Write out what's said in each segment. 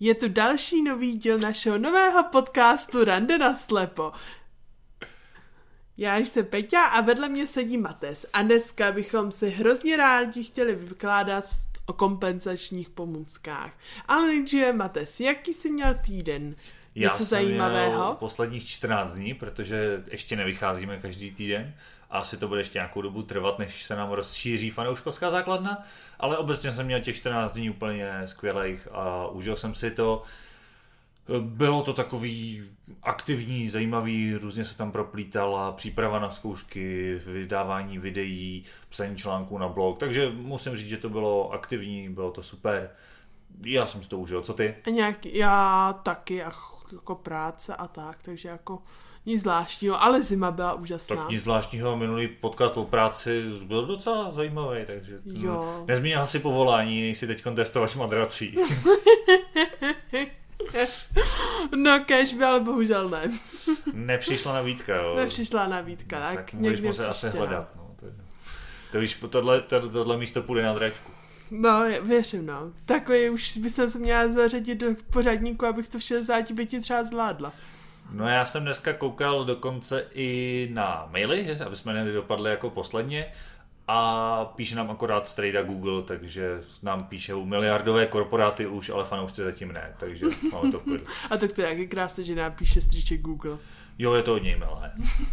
Je tu další nový díl našeho nového podcastu Rande na slepo. Já jsem Peťa a vedle mě sedí Mates. A dneska bychom si hrozně rádi chtěli vykládat o kompenzačních pomůckách. Ale nejdříve Mates, jaký jsi měl týden? Něco zajímavého? Já jsem měl posledních 14 dní, protože ještě nevycházíme každý týden. A asi to bude ještě nějakou dobu trvat, než se nám rozšíří fanouškovská základna. Ale obecně jsem měl těch 14 dní úplně skvělých a užil jsem si to. Bylo to takový aktivní, zajímavý, různě se tam proplítala příprava na zkoušky, vydávání videí, psaní článků na blog, takže musím říct, že to bylo aktivní, bylo to super. Já jsem si to užil, co ty? Já taky, jako práce a tak, takže jako nic zvláštního, ale zima byla úžasná. Tak nic zvláštního, minulý podcast o práci byl docela zajímavý, takže nezmínila si povolání, nejsi teď testovač madrací. No kežby, ale bohužel ne. Nepřišla nabídka, jo. Nepřišla nabídka, tak můžeš muset asi hledat. No. To víš, tohle místo půjde na dračku. No, věřím, no. Takový už by se měla zařadit do pořadníku, abych to v 65 třeba zvládla. No já jsem dneska koukal dokonce i na maily, aby jsme nedopadli jako posledně. A píše nám akorát strejda Google, takže nám píšou miliardové korporáty už, ale fanoušci zatím ne, takže máme to v klidu. A tak to je jak krásné, že nám píše strýček Google. Jo, je to od něj milé.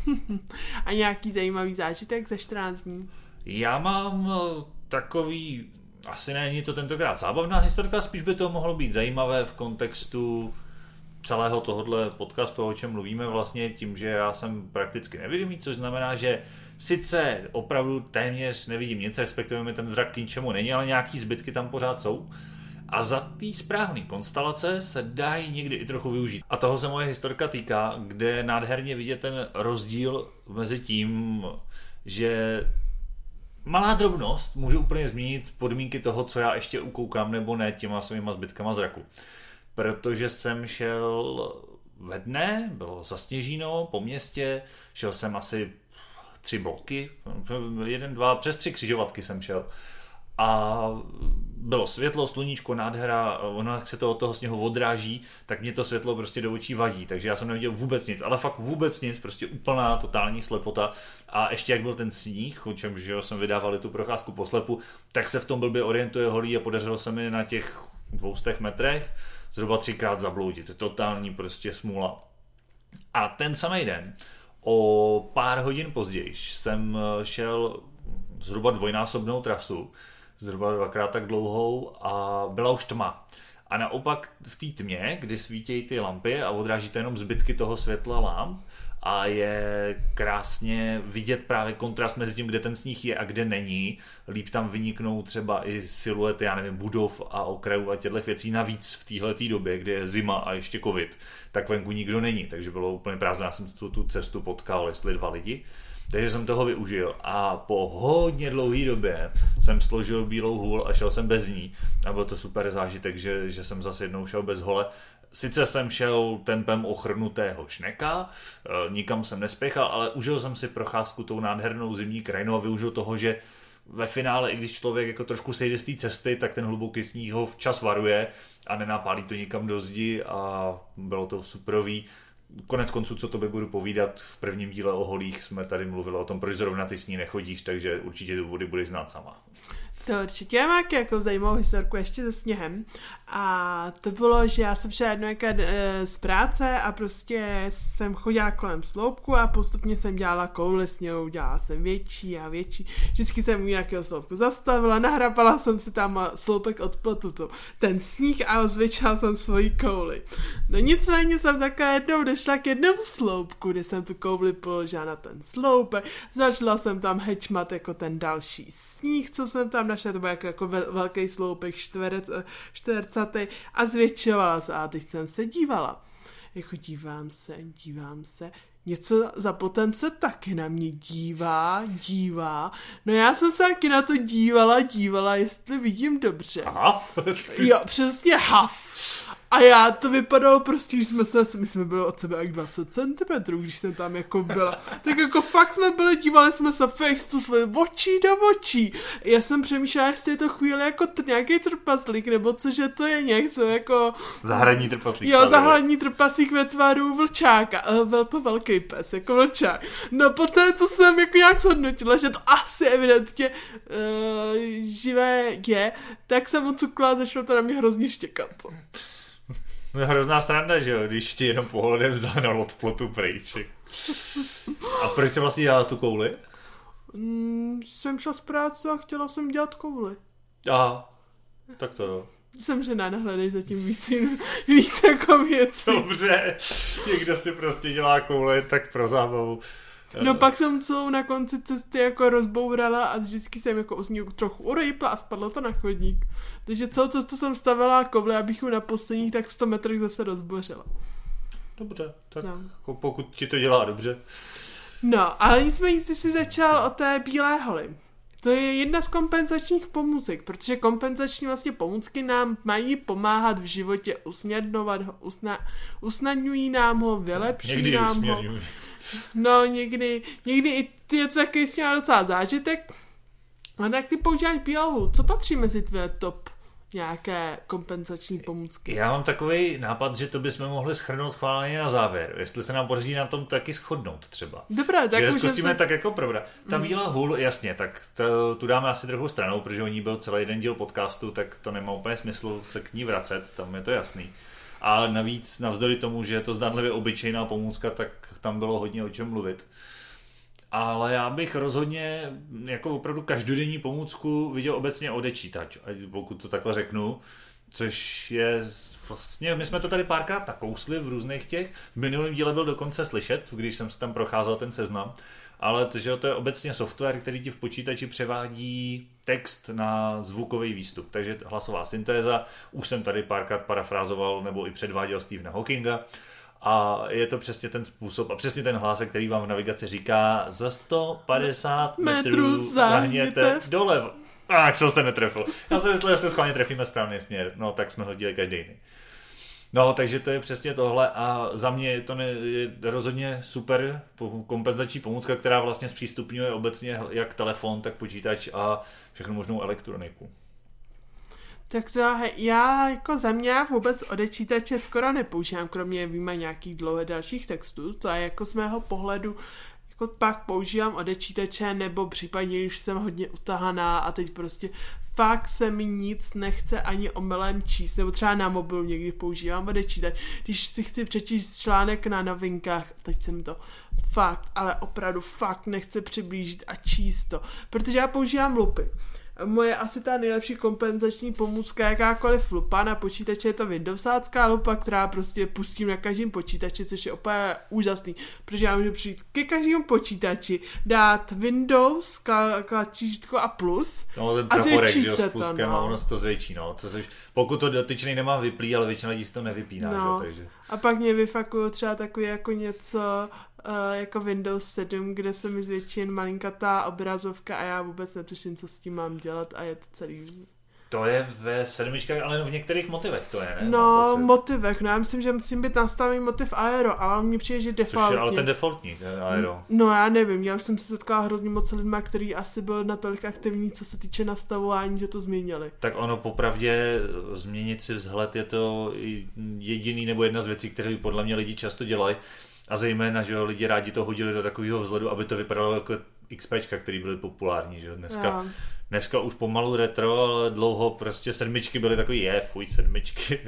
A nějaký zajímavý zážitek za 14 dní? Já mám takový, asi není to tentokrát zábavná historka, spíš by to mohlo být zajímavé v kontextu celého tohohle podcastu, o čem mluvíme vlastně tím, že já jsem prakticky nevidím, což znamená, že sice opravdu téměř nevidím nic, respektive mi ten zrak k ničemu není, ale nějaký zbytky tam pořád jsou. A za té správné konstelace se dají někdy i trochu využít. A toho se moje historka týká, kde je nádherně vidět ten rozdíl mezi tím, že malá drobnost může úplně změnit podmínky toho, co já ještě ukoukám nebo ne těma svýma zbytkama zraku. Protože jsem šel ve dne, bylo zasněženo po městě, šel jsem asi 3 bloky, 1, 2, přes 3 křižovatky jsem šel. A bylo světlo, sluníčko, nádhera, ono jak se to od toho sněhu odráží, tak mě to světlo prostě do očí vadí, takže já jsem neviděl vůbec nic, ale fakt vůbec nic, prostě úplná totální slepota. A ještě jak byl ten sníh, o čem že jsem vydával tu procházku po slepu, tak se v tom blbě orientuje holí a podařilo se mi na těch 200 metrech zhruba 3krát zabloudit. To je totální prostě smůla. A ten samý den, o pár hodin později, jsem šel zhruba dvojnásobnou trasu, zhruba 2krát tak dlouhou a byla už tma. A naopak v té tmě, kdy svítějí ty lampy a odrážíte jenom zbytky toho světla lamp a je krásně vidět právě kontrast mezi tím, kde ten sníh je a kde není. Líp tam vyniknou třeba i siluety, já nevím, budov a okrajů a těchto věcí. Navíc v téhleté době, kdy je zima a ještě covid, tak venku nikdo není, takže bylo úplně prázdné. Já jsem tu cestu potkal, jestli 2 lidi. Takže jsem toho využil a po hodně dlouhé době jsem složil bílou hůl a šel jsem bez ní. A byl to super zážitek, že jsem zase jednou šel bez hole. Sice jsem šel tempem ochrnutého šneka, nikam jsem nespěchal, ale užil jsem si procházku tou nádhernou zimní krajinou a využil toho, že ve finále, i když člověk jako trošku sejde z té cesty, tak ten hluboký sníh ho včas varuje a nenapálí to nikam do zdi a bylo to superový. Konec konců, co tobě budu povídat, v prvním díle o holích jsme tady mluvili o tom, proč zrovna ty s ní nechodíš, takže určitě důvody budeš znát sama. To určitě. Já mám jako zajímavou historku ještě se sněhem a to bylo, že já jsem šla jednou z práce a prostě jsem chodila kolem sloupku a postupně jsem dělala koule sněhu, dělala jsem větší a větší. Vždycky jsem u nějakého sloupku zastavila, nahrapala jsem si tam sloupek od plotu ten sníh a zvětšila jsem svoji kouli. No nicméně jsem taková jednou došla k jednomu sloupku, kde jsem tu kouli položila na ten sloupek, začala jsem tam hečmat jako ten další sníh, co jsem tam našla, to byl jako velký sloupek čtvercatý a zvětšovala se a teď jsem se dívala. Jako dívám se, něco za plotem se taky na mě dívá. No já jsem se taky na to dívala, jestli vidím dobře. Aha. Jo, přesně haf. A já to vypadalo prostě, když my jsme byli od sebe jak 20 cm, když jsem tam jako byla. Tak jako fakt jsme byli, dívali jsme se face to své očí do očí. Já jsem přemýšlela, jestli je to chvíli jako nějaký trpaslík, nebo cože to je něco jako... Zahradní trpaslík. Jo, zahradní trpaslík ve tvaru vlčáka. Byl to velký pes, jako vlčák. No poté, co jsem jako nějak zhodnotila, že to asi evidentně živé je, tak jsem odsukla a začalo to na mě hrozně štěkat. No hrozná sranda, že jo, když ti jenom pohledem zahnal od plotu pryč. A proč jsi vlastně dělala tu kouli? Jsem šla z práce a chtěla jsem dělat kouli. Aha, tak to jo. Jsem žena, nehledej zatím víc jako věcí. Dobře, někdo si prostě dělá kouli, tak pro zábavu. No pak jsem celou na konci cesty jako rozbourala a vždycky jsem jako z ní trochu urejpla a spadlo to na chodník. Takže celou cestu jsem stavila koule, abych ji na posledních tak 100 metrech zase rozbořila. Dobře, tak pokud ti to dělá dobře. No, ale nicméně ty jsi začal o té bílé holi. To je jedna z kompenzačních pomůcek, protože kompenzační vlastně pomůcky nám mají pomáhat v životě, usnadňovat ho, usnadňují nám ho, vylepší někdy nám usměrňují. ho. No, někdy i ty je takový s tím docela zážitek. A tak ty používáš bílou. Co patří mezi tvé top nějaké kompenzační pomůcky? Já mám takový nápad, že to bychom mohli shrnout schválně na závěr. Jestli se nám podaří na tom taky shodnout třeba. Dobré, tak že zkusíme tak jako probrat. Ta bílá hůl, jasně, tak tu dáme asi trochu stranou, protože o ní byl celý jeden díl podcastu, tak to nemá úplně smysl se k ní vracet, tam je to jasný. A navíc navzdory tomu, že je to zdánlivě obyčejná pomůcka, tak tam bylo hodně o čem mluvit. Ale já bych rozhodně jako opravdu každodenní pomůcku viděl obecně odečítač, pokud to takhle řeknu, což je vlastně, my jsme to tady párkrát nakousli v různých těch, v minulém díle byl dokonce slyšet, když jsem si tam procházel ten seznam, ale to je obecně software, který ti v počítači převádí text na zvukový výstup, takže hlasová syntéza, už jsem tady párkrát parafrázoval nebo i předváděl Stephena Hawkinga, a je to přesně ten způsob a přesně ten hlásek, který vám v navigaci říká za 150 metrů zahněte doleva. Čo se netrefil. Já jsem myslel, že se schválně trefíme správný směr. No, tak jsme hodili každý jiný. No, takže to je přesně tohle a za mě je to je rozhodně super kompenzační pomůcka, která vlastně zpřístupňuje obecně jak telefon, tak počítač a všechno možnou elektroniku. Tak já jako za mě vůbec odečítače skoro nepoužívám, kromě výjima nějakých dlouhé dalších textů, to je jako z mého pohledu, jako pak používám odečítače, nebo případně, když jsem hodně utahaná a teď prostě fakt se mi nic nechce ani omylem číst, nebo třeba na mobilu někdy používám odečítač, když si chci přečíst článek na novinkách, teď jsem to fakt, ale opravdu fakt nechce přiblížit a číst to, protože já používám lupy. Moje asi ta nejlepší kompenzační pomůcka jakákoliv lupa na počítači je to Windowsácká lupa, která prostě pustím na každém počítači, což je úplně úžasný, protože já můžu přijít ke každému počítači, dát Windows, tlačítko a plus a zvětší se to. No. Ono se to zvětší, no. Pokud to dotyčný nemá vyplý, ale většina lidí si to nevypíná. No. Že? Takže... A pak mě vyfakují třeba takový jako něco jako Windows 7, kde se mi zvětší jen malinkatá obrazovka a já vůbec netuším, co s tím mám dělat a je to celý... To je ve sedmičkách, ale v některých motivech to je, ne? No, motivech, no já myslím, že musím být nastavený motiv Aero, ale on mi přijde, že defaultně. Což je ale ten defaultní, ten Aero. No já nevím, já už jsem se setkala hrozně moc lidma, který asi byl natolik aktivní, co se týče nastavování, že to změnili. Tak ono popravdě změnit si vzhled je to jediný nebo jedna z věcí, které podle mě lidi často dělají. A zejména, že jo, lidi rádi to hodili do takového vzhledu, aby to vypadalo jako XPčka, který byly populární, že jo, dneska už pomalu retro, ale dlouho prostě sedmičky byly takový, fuj, sedmičky,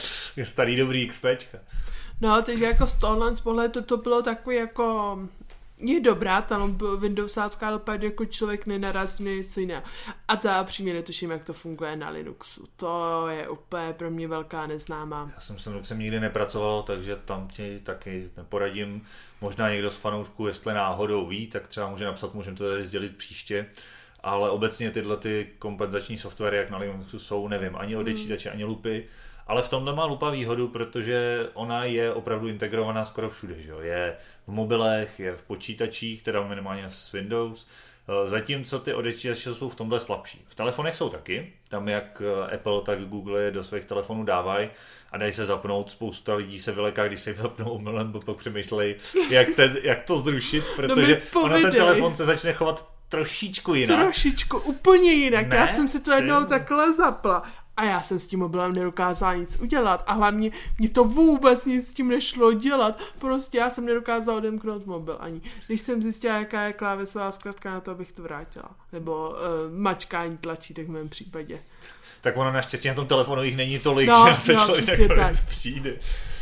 starý dobrý XPčka. No, takže jako z tohle z pohledu to bylo takový jako... Je dobrá, tam Windowsácká lupa, jako člověk nenarazí něco jiného. A to já přímě netuším, jak to funguje na Linuxu. To je úplně pro mě velká neznámá. Já jsem s Linuxem nikdy nepracoval, takže tam ti taky neporadím. Možná někdo z fanoušků, jestli náhodou ví, tak třeba může napsat, můžeme to tady sdělit příště. Ale obecně tyhle ty kompenzační softwary, jak na Linuxu jsou, nevím, ani odečítače, ani lupy. Ale v tomhle má lupa výhodu, protože ona je opravdu integrovaná skoro všude. Že? Je v mobilech, je v počítačích, teda minimálně s Windows, Zatímco ty odečítače jsou v tomhle slabší. V telefonech jsou taky, tam jak Apple, tak Google je do svých telefonů dávají a dají se zapnout. Spousta lidí se vyleká, když se jim zapnou omylem, pak přemýšlejí, jak to zrušit, protože ten telefon se začne chovat trošičku jinak. Trošičku, úplně jinak. Ne? Já jsem si to jednou takhle zapla. A já jsem s tím mobilem nedokázala nic udělat. A hlavně mě to vůbec nic s tím nešlo dělat. Prostě já jsem nedokázala odemknout mobil ani. Když jsem zjistila, jaká je klávesová zkratka, na to abych to vrátila. Nebo mačkání tlačítek v mém případě. Tak ono naštěstí na tom telefonu jich není tolik, že to člověk nakonec přijde.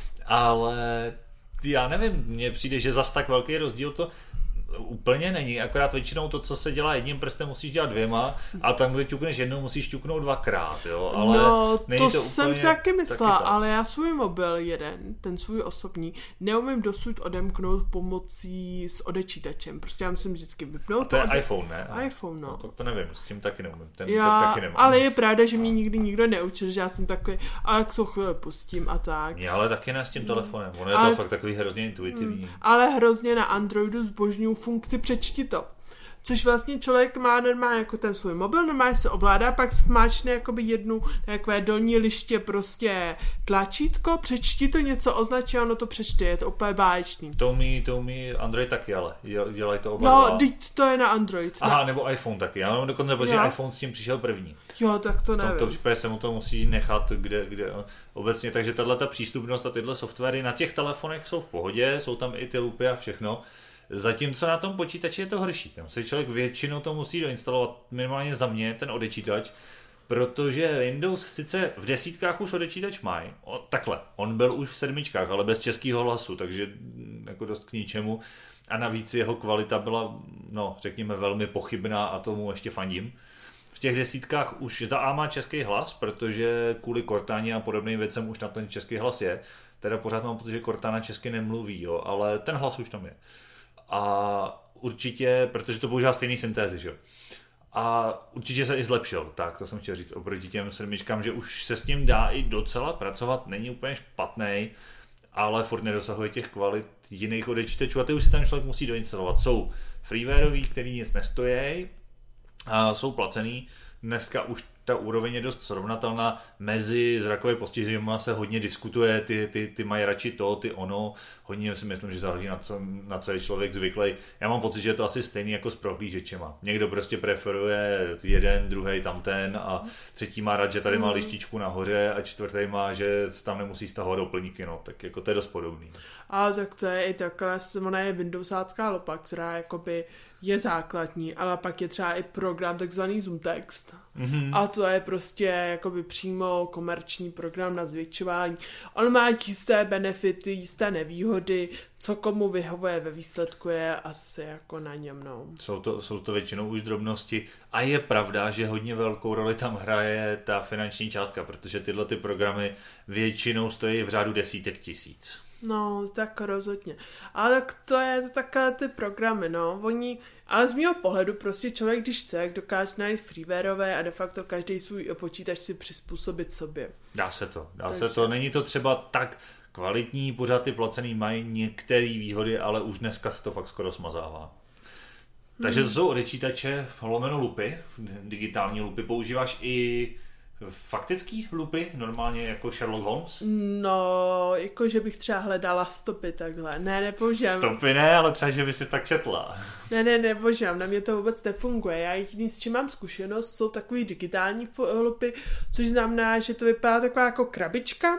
Ale já nevím, mně přijde, že zas tak velký rozdíl to úplně není, akorát většinou to, co se dělá jedním prstem, musíš dělat dvěma a tam, kde ťukneš jednou, musíš ťuknout dvakrát, jo, ale to jsem si taky myslela, ale já svůj mobil ten svůj osobní, neumím dosud odemknout pomocí s odečítačem, prostě já musím vždycky vypnout. A to je iPhone, ne? iPhone, no. To nevím, s tím taky neumím, taky nemám. Ale je pravda, že mě nikdy nikdo neučil, že já jsem takový, a jak se chvíli pustím a tak. Mě ale taky ne s tím telefonem, ono je to fakt takový hrozně intuitivní. Ale hrozně na Androidu zbožňuju funkci přečti to. Což vlastně člověk má normálně jako ten svůj mobil, normálně se ovládá, pak smáčne jakoby jednu takové dolní liště prostě tlačítko, přečti to, něco označí a ono to přečte, je to úplně báječný. To umí Android taky, ale dělají to oba dva. No, to je na Android. Aha, nebo iPhone taky, já mám dokonce protože iPhone s tím přišel první. Jo, tak to nevím. V tomto případě se mu to musí nechat kde obecně, takže tato přístupnost a tyhle softwary na těch telefonech jsou v pohodě, jsou tam i ty lupy a všechno. Zatímco na tom počítači je to horší. Tam se člověk většinou to musí doinstalovat, minimálně za mě, ten odečítač, protože Windows sice v desítkách už odečítač mají, takhle, on byl už v 7, ale bez českého hlasu, takže jako dost k ničemu. A navíc jeho kvalita byla, řekněme, velmi pochybná a tomu ještě fandím. V těch desítkách už za A má český hlas, protože kvůli Cortáně a podobným věcem už na ten český hlas je. Teda pořád mám pocit, že Cortana česky nemluví, jo, ale ten hlas už tam je. A určitě, protože to používá stejný syntézy, že jo. A určitě se i zlepšil, tak to jsem chtěl říct oproti těm 7, že už se s tím dá i docela pracovat, není úplně špatnej, ale furt nedosahuje těch kvalit jiných odečítačů a ty už si tam člověk musí doinstalovat. Jsou freewareový, který nic nestojí, a jsou placený. Dneska už ta úroveň je dost srovnatelná, mezi zrakové postiženíma se hodně diskutuje, ty mají radši to, ty ono, hodně si myslím, že záleží na co je člověk zvyklý. Já mám pocit, že je to asi stejný jako s prohlížečema. Někdo prostě preferuje jeden, druhý tamten a třetí má rád, že tady má lištičku nahoře a čtvrtý má, že tam nemusí stahovat doplňky, tak jako to je dost podobný. A tak to je i takhle, ona je Windowsácká lopa, která jakoby je základní, ale pak je třeba i program takzvaný Zoom Text. Mm-hmm. A to je prostě jakoby přímo komerční program na zvětšování. On má jisté benefity, jisté nevýhody, co komu vyhovuje ve výsledku je asi jako na něm. Jsou to většinou už drobnosti a je pravda, že hodně velkou roli tam hraje ta finanční částka, protože tyhle ty programy většinou stojí v řádu desítek tisíc. No, tak rozhodně. Ale tak to je takové ty programy, ale z mého pohledu prostě člověk, když chce, dokáže najít freewareové a de facto každý svůj počítač si přizpůsobit sobě. Dá se to. Není to třeba tak kvalitní, pořád ty placený mají některé výhody, ale už dneska se to fakt skoro smazává. Takže to jsou odečítače lomeno lupy, digitální lupy. Používáš i faktický lupy, normálně jako Sherlock Holmes? No, jako že bych třeba hledala stopy takhle. Ne, nepoužívám. Stopy ne, ale třeba, že by si tak četla. Ne, nepoužívám, na mě to vůbec nefunguje. Já jediný, s čím mám zkušenost, jsou takový digitální lupy, což znamená, že to vypadá taková jako krabička,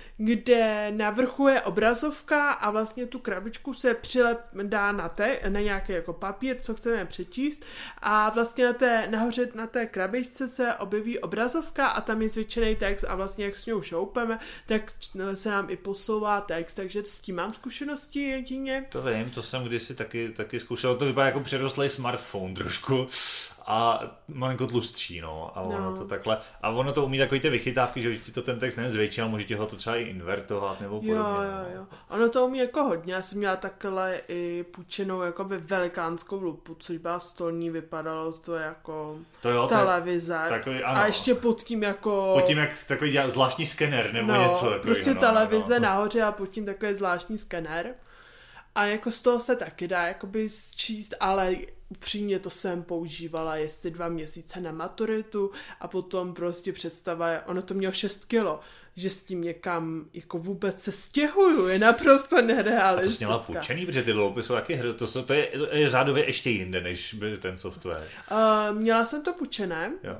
kde na vrchu je obrazovka a vlastně tu krabičku se dá na nějaký jako papír, co chceme přečíst a vlastně nahoře na té krabičce se objeví obrazovka a tam je zvětšený text a vlastně jak s ňou šoupeme, tak se nám i posouvá text, takže s tím mám zkušenosti jedině. To vím, to jsem kdysi taky zkušel, to vypadá jako přerostlý smartphone trošku a malinko tlustší, a ono to takhle, a ono to umí takový ty vychytávky, že ti to ten text nejen zvětší, ale může ti ho to třeba i invertovat nebo podobně. Jo. Ono to umí jako hodně, já jsem měla takhle i půjčenou jakoby velikánskou lupu, což byla stolní, vypadalo to jako televize. Takový, ano. A ještě pod tím jako... Pod tím jak takový zvláštní skener nebo něco. Prostě televize nahoře a pod tím takový zvláštní skener. A jako z toho se taky dá jakoby číst, ale upřímně to jsem používala jestli 2 měsíce na maturitu a potom prostě představa, ono to mělo 6 kilo, že s tím někam jako vůbec se stěhuju, je naprosto nerealistická. A to jsi měla půjčený, protože ty dluhopisy jsou taky to je řádově ještě jinde, než by ten software. Měla jsem to půjčené. Jo.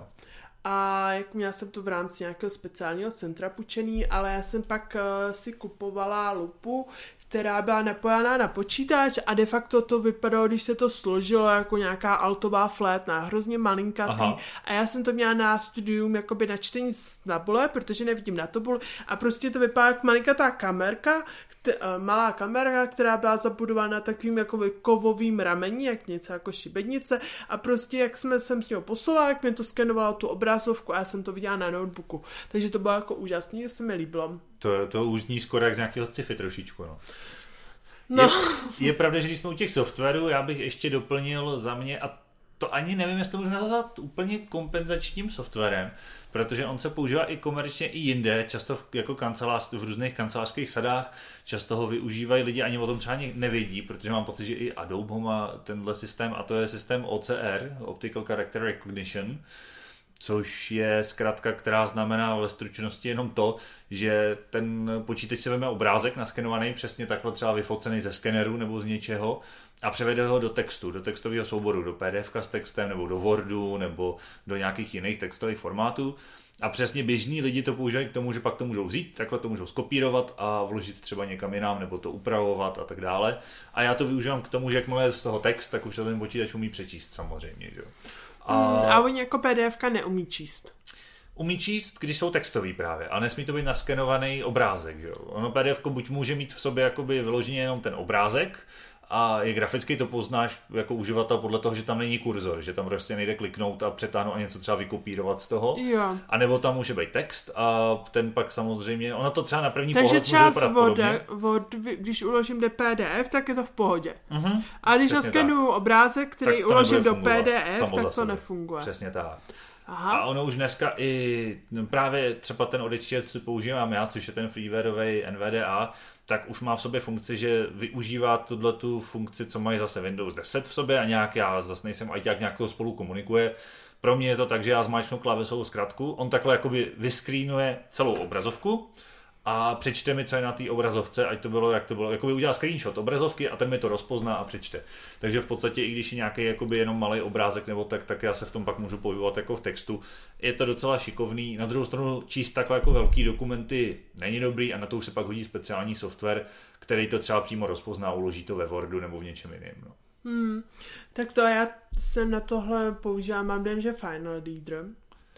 A jak měla jsem to v rámci nějakého speciálního centra půjčený, ale já jsem pak si kupovala lupu, která byla napojená na počítač a de facto to vypadalo, když se to složilo jako nějaká altová flétna, hrozně malinkatý. Aha. A já jsem to měla na studium jakoby na čtení z tabule, protože nevidím na tabuli a prostě to vypadá jako malinkatá kamerka, malá kamera, která byla zabudována takovým jakoby kovovým ramení, jak něco jako šibenice a prostě jak jsem s něho posouvala, jak mi to skenovalo tu obrazovku a já jsem to viděla na notebooku. Takže to bylo jako úžasný, že se mi líbilo. To už zní skoro jak z nějakého sci-fi trošičku, no. Je pravda, že když jsme u těch softwarů, já bych ještě doplnil za mě, a to ani nevím, jestli to můžu nazvat úplně kompenzačním softwarem, protože on se používá i komerčně i jinde, často jako v různých kancelářských sadách, často ho využívají lidi, ani o tom třeba nevědí, protože mám pocit, že i Adobe má tenhle systém a to je systém OCR, Optical Character Recognition, což je zkratka, která znamená ve stručnosti jenom to, že ten počítač si veme obrázek naskenovaný přesně takhle třeba vyfocený ze skeneru nebo z něčeho a převede ho do textu, do textového souboru, do PDF s textem nebo do Wordu nebo do nějakých jiných textových formátů. A přesně běžní lidi to používají k tomu, že pak to můžou vzít, takhle to můžou skopírovat a vložit třeba někam jinam nebo to upravovat a tak dále. A já to využívám k tomu, že jakmile je z toho text, tak už to ten počítač umí přečíst samozřejmě. Že? A oni jako PDFka neumí číst. Umí číst, když jsou textový právě, ale nesmí to být naskenovaný obrázek. Že? Ono PDFko buď může mít v sobě jakoby vyloženě jenom ten obrázek, a je graficky to poznáš jako uživatel podle toho, že tam není kurzor, že tam prostě nejde kliknout a přetáhnout a něco třeba vykopírovat z toho. Jo. A nebo tam může být text a ten pak samozřejmě, ono to třeba na první takže pohled může vypadat podobně. Když uložím do PDF, tak je to v pohodě. Uh-huh. A když naskenuju obrázek, který uložím do PDF, tak to nefunguje. Přesně tak. Aha. A ono už dneska i právě třeba ten odečtěč, co používám já, což je ten freewareový NVDA, tak už má v sobě funkci, že využívá tu funkci, co mají zase Windows 10 v sobě a nějak, já zase nejsem ajťák, nějak to spolu komunikuje. Pro mě je to tak, že já zmáčknu klávesovou zkratku, on takhle jakoby vyskrínuje celou obrazovku a přečte mi, co je na té obrazovce, ať to bylo, jak to bylo, jakoby udělá screenshot obrazovky a ten mi to rozpozná a přečte. Takže v podstatě, i když je nějaký jakoby jenom malý obrázek nebo tak já se v tom pak můžu pohybovat jako v textu. Je to docela šikovný. Na druhou stranu číst takhle jako velký dokumenty není dobrý a na to už se pak hodí speciální software, který to třeba přímo rozpozná, uloží to ve Wordu nebo v něčem jiném. No. Tak to já jsem na tohle používám, mám dojem, že Final Reader.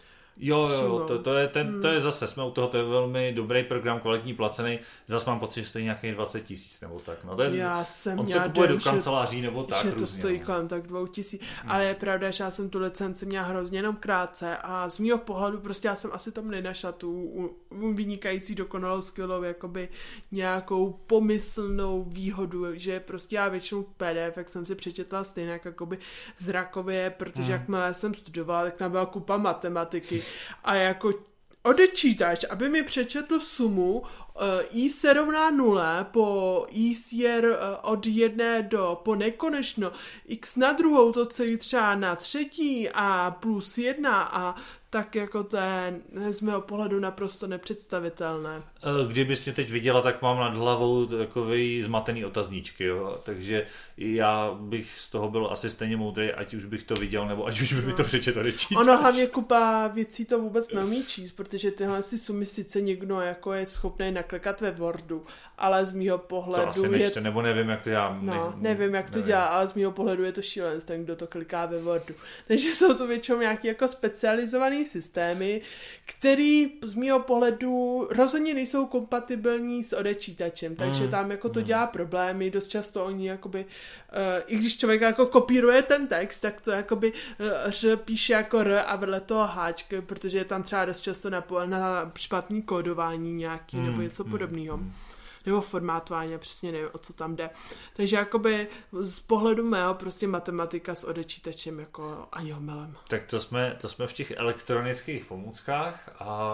Jo, to je zase, jsme u toho, to je velmi dobrý program, kvalitní, placený, zase mám pocit, že stojí nějakých 20 000 nebo tak, no to je, on se kupuje do kanceláří nebo tak. Že to stojí kolem tak 2 000, ale je pravda, že já jsem tu licenci měla hrozně jenom krátce a z mýho pohledu prostě já jsem asi tam nenašla tu vynikající dokonalou skillou, jakoby nějakou pomyslnou výhodu, že prostě já většinou PDF, jak jsem si přečetla stejně jakoby zrakově, protože jakmile jsem studovala, tak tam byla kupa matematiky a jako odečítač, aby mi přečetl sumu i se rovná 0 po i je od 1 po nekonečno, x na druhou to celý třeba na třetí a plus 1 a tak jako to je z mého pohledu naprosto nepředstavitelné. Kdybys mě teď viděla, tak mám nad hlavou takový zmatený otazníčky, jo? Takže já bych z toho byl asi stejně moudrý, ať už bych to viděl, nebo ať už by mi to přečetl odečítač. Ono hlavně kupa věcí to vůbec neumí číst, protože tyhle sumy sice někdo jako je schopný naklikat ve Wordu, ale z mýho pohledu to asi nečte, nebo nevím, jak to já... nevím, jak to dělá, ale z mýho pohledu je to šílenství, ten, kdo to kliká ve Wordu. Takže jsou to většinou nějaký jako specializovaný systémy, který z mýho pohledu rozhodně nejsou kompatibilní s odečítačem, takže tam jako to dělá problémy, dost často oni jakoby, i když člověk jako kopíruje ten text, tak to jakoby píše jako r a vedle toho háčky, protože je tam třeba dost často na špatný kódování nějaký nebo něco podobného. Nebo formátování, já přesně nevím, o co tam jde. Takže jakoby z pohledu mého prostě matematika s odečítačem jako ani omylem. Tak to jsme v těch elektronických pomůckách a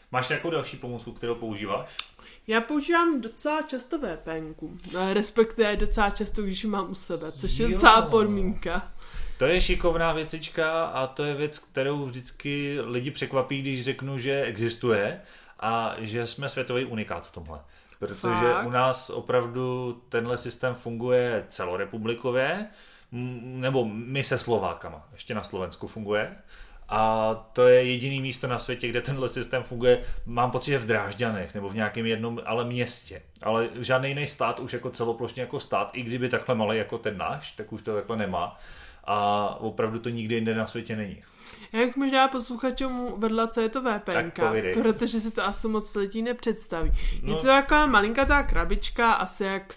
Máš nějakou další pomůcku, kterou používáš? Já používám docela často VPNku, respektive docela často, když ji mám u sebe, což je docela podmínka. To je šikovná věcička a to je věc, kterou vždycky lidi překvapí, když řeknu, že existuje a že jsme světový unikát v tomhle. Protože u nás opravdu tenhle systém funguje celorepublikově, nebo my se Slovákama, ještě na Slovensku funguje. A to je jediný místo na světě, kde tenhle systém funguje, mám pocit, že v Drážďanech nebo v nějakém jednom ale městě. Ale žádný jiný stát už jako celoplošně jako stát, i kdyby takhle malý jako ten náš, tak už to takhle nemá. A opravdu to nikdy jinde na světě není. Jak možná posluchačům vedla, co je to VPNka, protože si to asi moc lidí nepředstaví. Je to taková malinkatá krabička, asi jak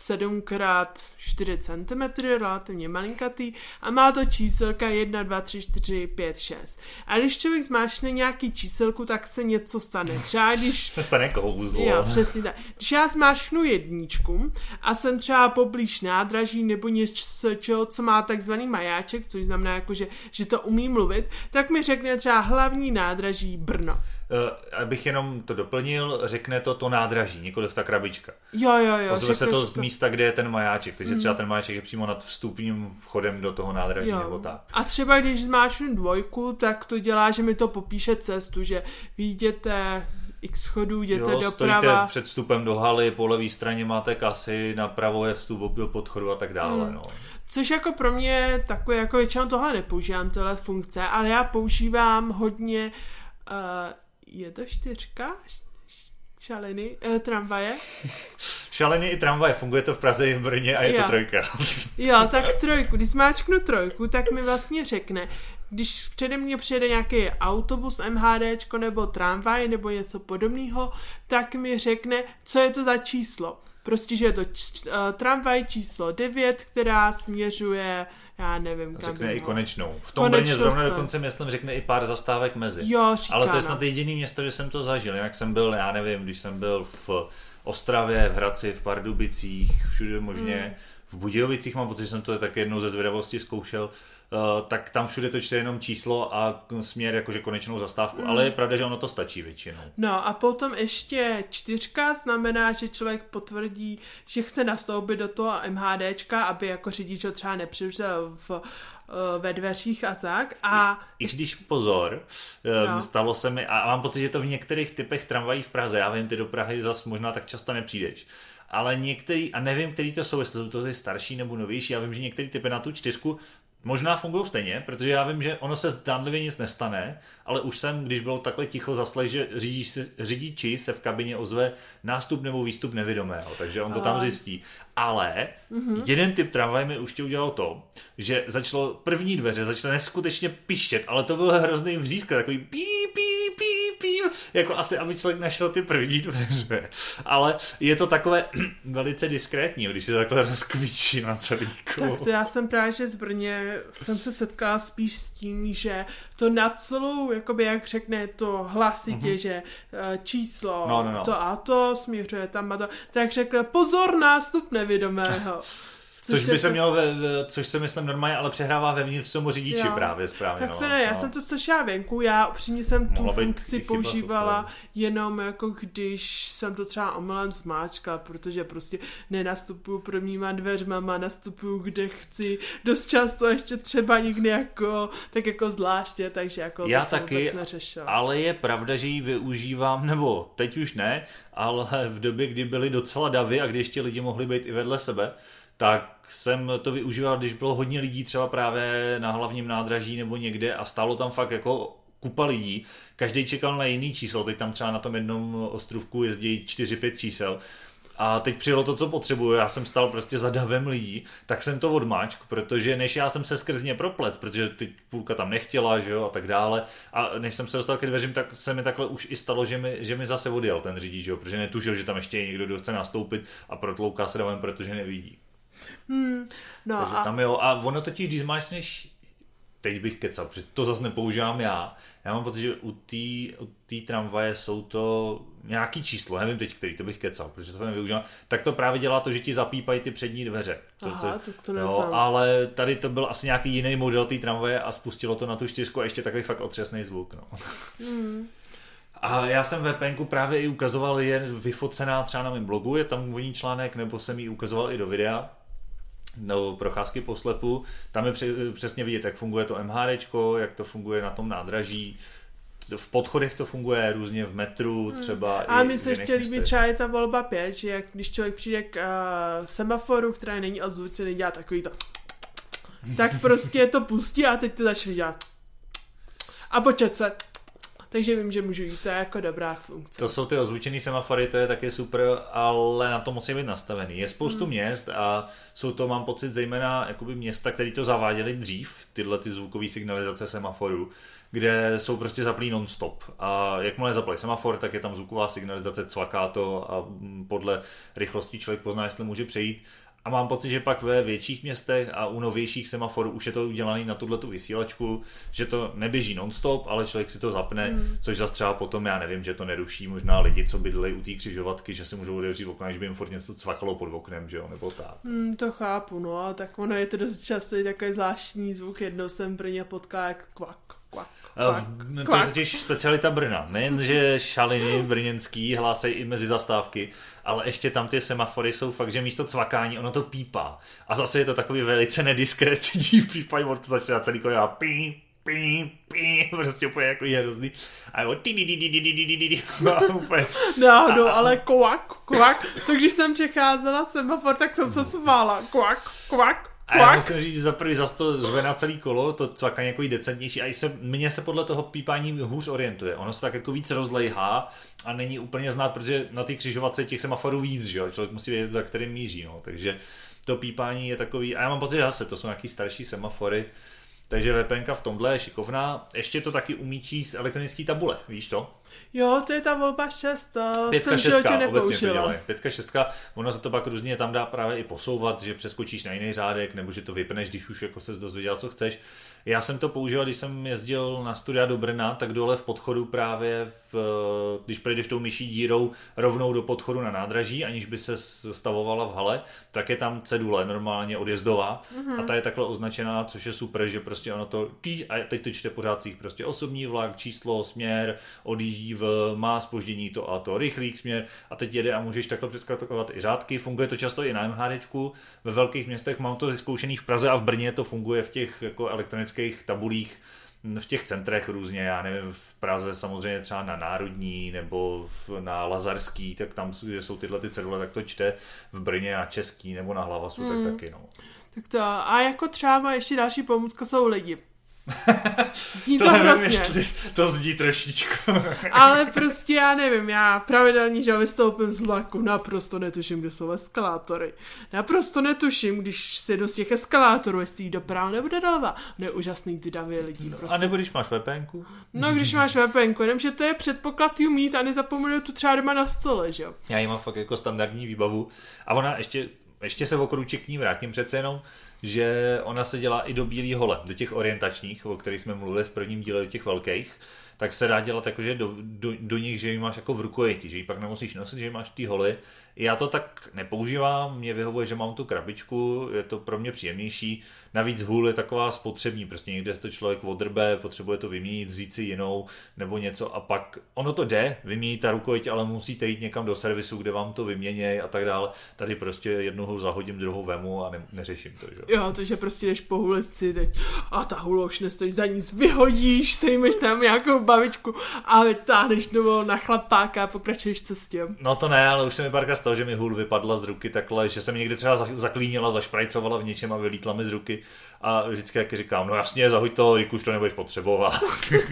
7x4 cm, relativně malinkatý a má to číselka 1, 2, 3, 4, 5, 6. A když člověk zmáčkne nějaký číselku, tak se něco stane. Třeba když... se stane kouzlo. Jo, přesně tak. Když já zmáčknu jedničku a jsem třeba poblíž nádraží nebo něčeho, co má takzvaný majáček, což znamená, jako, že to umí mluvit, tak mi řekne třeba hlavní nádraží Brno. Abych jenom to doplnil, řekne to nádraží, nikoliv ta krabička. Jo. Ozve se to z místa, kde je ten majáček, takže třeba ten majáček je přímo nad vstupním vchodem do toho nádraží nebo tak. A třeba když zmáčknu 2, tak to dělá, že mi to popíše cestu, že vyjdete x schodů, jdete doprava. Stojíte před vstupem do haly, po levé straně máte kasy, napravo je vstup do podchodu a tak dále. No. Což jako pro mě takové, jako většinou tohle nepoužívám, tohle funkce, ale já používám hodně, je to 4? Šaliny, tramvaje. Šaliny i tramvaje, funguje to v Praze i v Brně a je to 3. Jo, tak 3. Když zmáčknu 3, tak mi vlastně řekne, když přede mně přijede nějaký autobus, MHDčko nebo tramvaj nebo něco podobného, tak mi řekne, co je to za číslo. Prostě, že je to tramvaj číslo 9, která směřuje, já nevím, kam. Řekne i konečnou. V tom Brně zrovna dokonce myslím řekne i pár zastávek mezi. Jo, říká, ale to je snad jediný město, kde jsem to zažil. Jinak jsem byl, já nevím, když jsem byl v Ostravě, v Hradci, v Pardubicích, všude možně. V Budějovicích mám pocit, že jsem to tak jednou ze zvědavosti zkoušel, tak tam všude to čte jenom číslo a směr jakože konečnou zastávku, ale je pravda, že ono to stačí většinou. No a potom ještě 4 znamená, že člověk potvrdí, že chce nastoupit do toho MHDčka, aby jako řidič ho třeba nepřivřel ve dveřích a tak. I když pozor, stalo se mi, a mám pocit, že to v některých typech tramvají v Praze, já vím, ty do Prahy zas možná tak často nepřijdeš, ale některý, a nevím, který to jsou, jestli jsou to starší nebo novější, já vím, že některý typy na tu 4 možná fungují stejně, protože já vím, že ono se zdánlivě nic nestane, ale už jsem, když bylo takhle ticho, zaslech, že řidiči se v kabině ozve nástup nebo výstup nevědomého, takže on to tam zjistí. Ale jeden typ tramvaj mi už udělal to, že začalo první dveře, začaly neskutečně pištět, ale to byl hrozný vřízk, takový píp, píp, píp, píp, jako asi, aby člověk našel ty první dveře. Ale je to takové velice diskrétní, když se takhle rozkvíčí na celý kolo. Tak to já jsem právě, že z Brně jsem se setkala spíš s tím, že to na celou, jakoby jak řekne to hlasitě, že číslo, to a to směřuje tam a to, tak řekl pozor, nástup nevědomého. Což by se mělo, což se myslím normálně, ale přehrává vevnitř tomu řidiči právě správně. Tak to ne, já jsem to slyšela venku, já upřímně jsem tu funkci používala jenom jako když jsem to třeba omylem zmáčkala, protože prostě nenastupuju prvníma dveřma, nastupuju kde chci, dost často ještě třeba někdy jako, tak jako zvláště, takže jako já to jsem taky, vůbec neřešila. Ale je pravda, že ji využívám, nebo teď už ne, ale v době, kdy byly docela davy a kdy ještě lidi mohli být i vedle sebe, tak jsem to využíval, když bylo hodně lidí třeba právě na hlavním nádraží nebo někde a stálo tam fakt jako kupa lidí. Každý čekal na jiný číslo, teď tam třeba na tom jednom ostrůvku jezdí 4-5 čísel. A teď přijelo to, co potřebuju, já jsem stál prostě za davem lidí, tak jsem to odmáčk, protože než já jsem se skrz ně proplet, protože teď půlka tam nechtěla, že jo, a tak dále. A než jsem se dostal ke dveřím, tak se mi takhle už i stalo, že mi zase odjel ten řidič, jo, protože netušil, že tam ještě je někdo, kdo chce nastoupit a protlouká se davem, protože nevidí. No takže tam jo, a ono totiž, když zmáčkneš, teď bych kecal, protože to zase nepoužívám já mám pocit, že u té tramvaje jsou to nějaký číslo, nevím teď který, to bych kecal, protože to nevyužívám, tak to právě dělá to, že ti zapípají ty přední dveře. To neznám. Ale tady to byl asi nějaký jiný model té tramvaje a spustilo to na tu 4 a ještě takový fakt otřesný zvuk. No. A já jsem VPNku právě i ukazoval, je vyfocená třeba na mém blogu, je tam úvodní článek, nebo jsem ji ukazoval i do videa, nebo procházky po slepu. Tam je přesně vidět, jak funguje to MHDčko, jak to funguje na tom nádraží. V podchodech to funguje různě, v metru třeba. A mi se ještě líbí třeba je ta volba 5, že jak, když člověk přijde k semaforu, která není ozvučený, dělá takový to, tak prostě to pustí a teď to začne dělat. A počet se. Takže vím, že můžu jít, to je jako dobrá funkce. To jsou ty ozvučený semafory, to je taky super, ale na to musí být nastavený. Je spoustu měst a jsou to, mám pocit, zejména jakoby města, které to zaváděly dřív, tyhle ty zvukové signalizace semaforů, kde jsou prostě zaplý non-stop. A jakmile zaplý semafor, tak je tam zvuková signalizace, cvaká to a podle rychlosti člověk pozná, jestli může přejít. A mám pocit, že pak ve větších městech a u novějších semaforů už je to udělané na tuhletu vysílačku, že to neběží non-stop, ale člověk si to zapne, což zase třeba potom, já nevím, že to neruší možná lidi, co bydlejí u té křižovatky, že si můžou otevřít okna, když by jim furt něco cvakalo pod oknem, že jo, nebo tak. To chápu, no, tak ono je to dost často takový zvláštní zvuk, jednou jsem pro ně potkala jak kvak. To je totiž specialita Brna. Nejen, že šaliny brněnský hlásají i mezi zastávky, ale ještě tam ty semafory jsou fakt, že místo cvakání ono to pípá. A zase je to takový velice nediskrétní pípají, on to začíná celý kolem pí, prostě úplně jako je hrozný. A jo, náhodou, ale kvak. To když jsem přecházela semafor, tak jsem se smála. Kvak. A já musím říct, za prvý zase to řve na celý kolo, to cvakání jako decentnější a mně se podle toho pípání hůř orientuje. Ono se tak jako víc rozlejhá a není úplně znát, protože na ty křižovatce těch semaforů víc, že jo? Člověk musí vědět, za kterým míří, no. Takže to pípání je takový, a já mám pocit, že zase to jsou nějaký starší semafory, takže VPNka v tomhle je šikovná. Ještě to taky umí číst elektronický tabule, víš to? Jo, to je ta volba 6, to 5, jsem 6, životě nepoužila. 5, 6, ono se to pak různě tam dá právě i posouvat, že přeskočíš na jiný řádek, nebo že to vypneš, když už jako ses dozvěděl, co chceš. Já jsem to používal, když jsem jezdil na studia do Brna, tak dole v podchodu právě, když projdeš tou myší dírou rovnou do podchodu na nádraží, aniž by se stavovala v hale, tak je tam cedule normálně odjezdová a ta je takhle označená, což je super, že prostě ono to, a teď to čte pořádcích, prostě osobní vlak, číslo, směr, odjíždí má zpoždění to a to, rychlý směr a teď jede a můžeš takhle přeskakovat i řádky, funguje to často i na MHDčku, ve velkých městech mám to vyzkoušený v Praze a v Brně to funguje v těch jako elektronických tabulích v těch centrech různě, já nevím, v Praze samozřejmě třeba na Národní nebo na Lazarský, tak tam, kde jsou tyhle ty cedule, tak to čte, v Brně na Český nebo na Hlavasu, tak taky, no. Tak to, a jako třeba ještě další pomůcka jsou lidi. Zní to hrozně. To zní trošičku. Ale prostě já nevím, já pravidelně, že vystoupím z vlaku, naprosto netuším, kde jsou eskalátory. Naprosto netuším, když si jdu z těch eskalátorů, jestli jít doprava nebo doleva. Neúžasný ty davy lidí. Prostě. A nebo když máš VPNku? No, když máš VPNku, jenom, že to je předpoklad ju mít a nezapomenu tu třeba doma na stole, že jo. Já ji mám fakt jako standardní výbavu. A ona ještě se o krůček k ní vrátím přece jenom, že ona se dělá i do bílý hole, do těch orientačních, o kterých jsme mluvili v prvním díle, do těch velkých, tak se dá dělat jakože do nich, že ji máš jako v rukojeti, že ji pak nemusíš nosit, že ji máš ty holy. Já to tak nepoužívám, mě vyhovuje, že mám tu krabičku, je to pro mě příjemnější. Navíc hůl je taková spotřební, prostě někde to člověk odrbe, potřebuje to vyměnit, vzít si jinou nebo něco a pak ono to jde, vyměnit ta rukojeť, ale musíte jít někam do servisu, kde vám to vyměněj a tak dále. Tady prostě jednu hůl zahodím, druhou vemu a neřeším to. Že? Jo, takže prostě jdeš po hulici teď a ta hůl už nestojí za nic, vyhodíš, sejmeš tam nějakou babičku a vytáhneš novou na chlapáka a pokračuješ cestě. No to ne, ale už se mi párkrát stalo, že mi hůl vypadla z ruky takhle, že jsem někde třeba zaklínila, zašprajcovala v něčem a vylítla mi z ruky a vždycky jak říkám, no jasně, zahoď to, Riku, už to nebudeš potřebovat.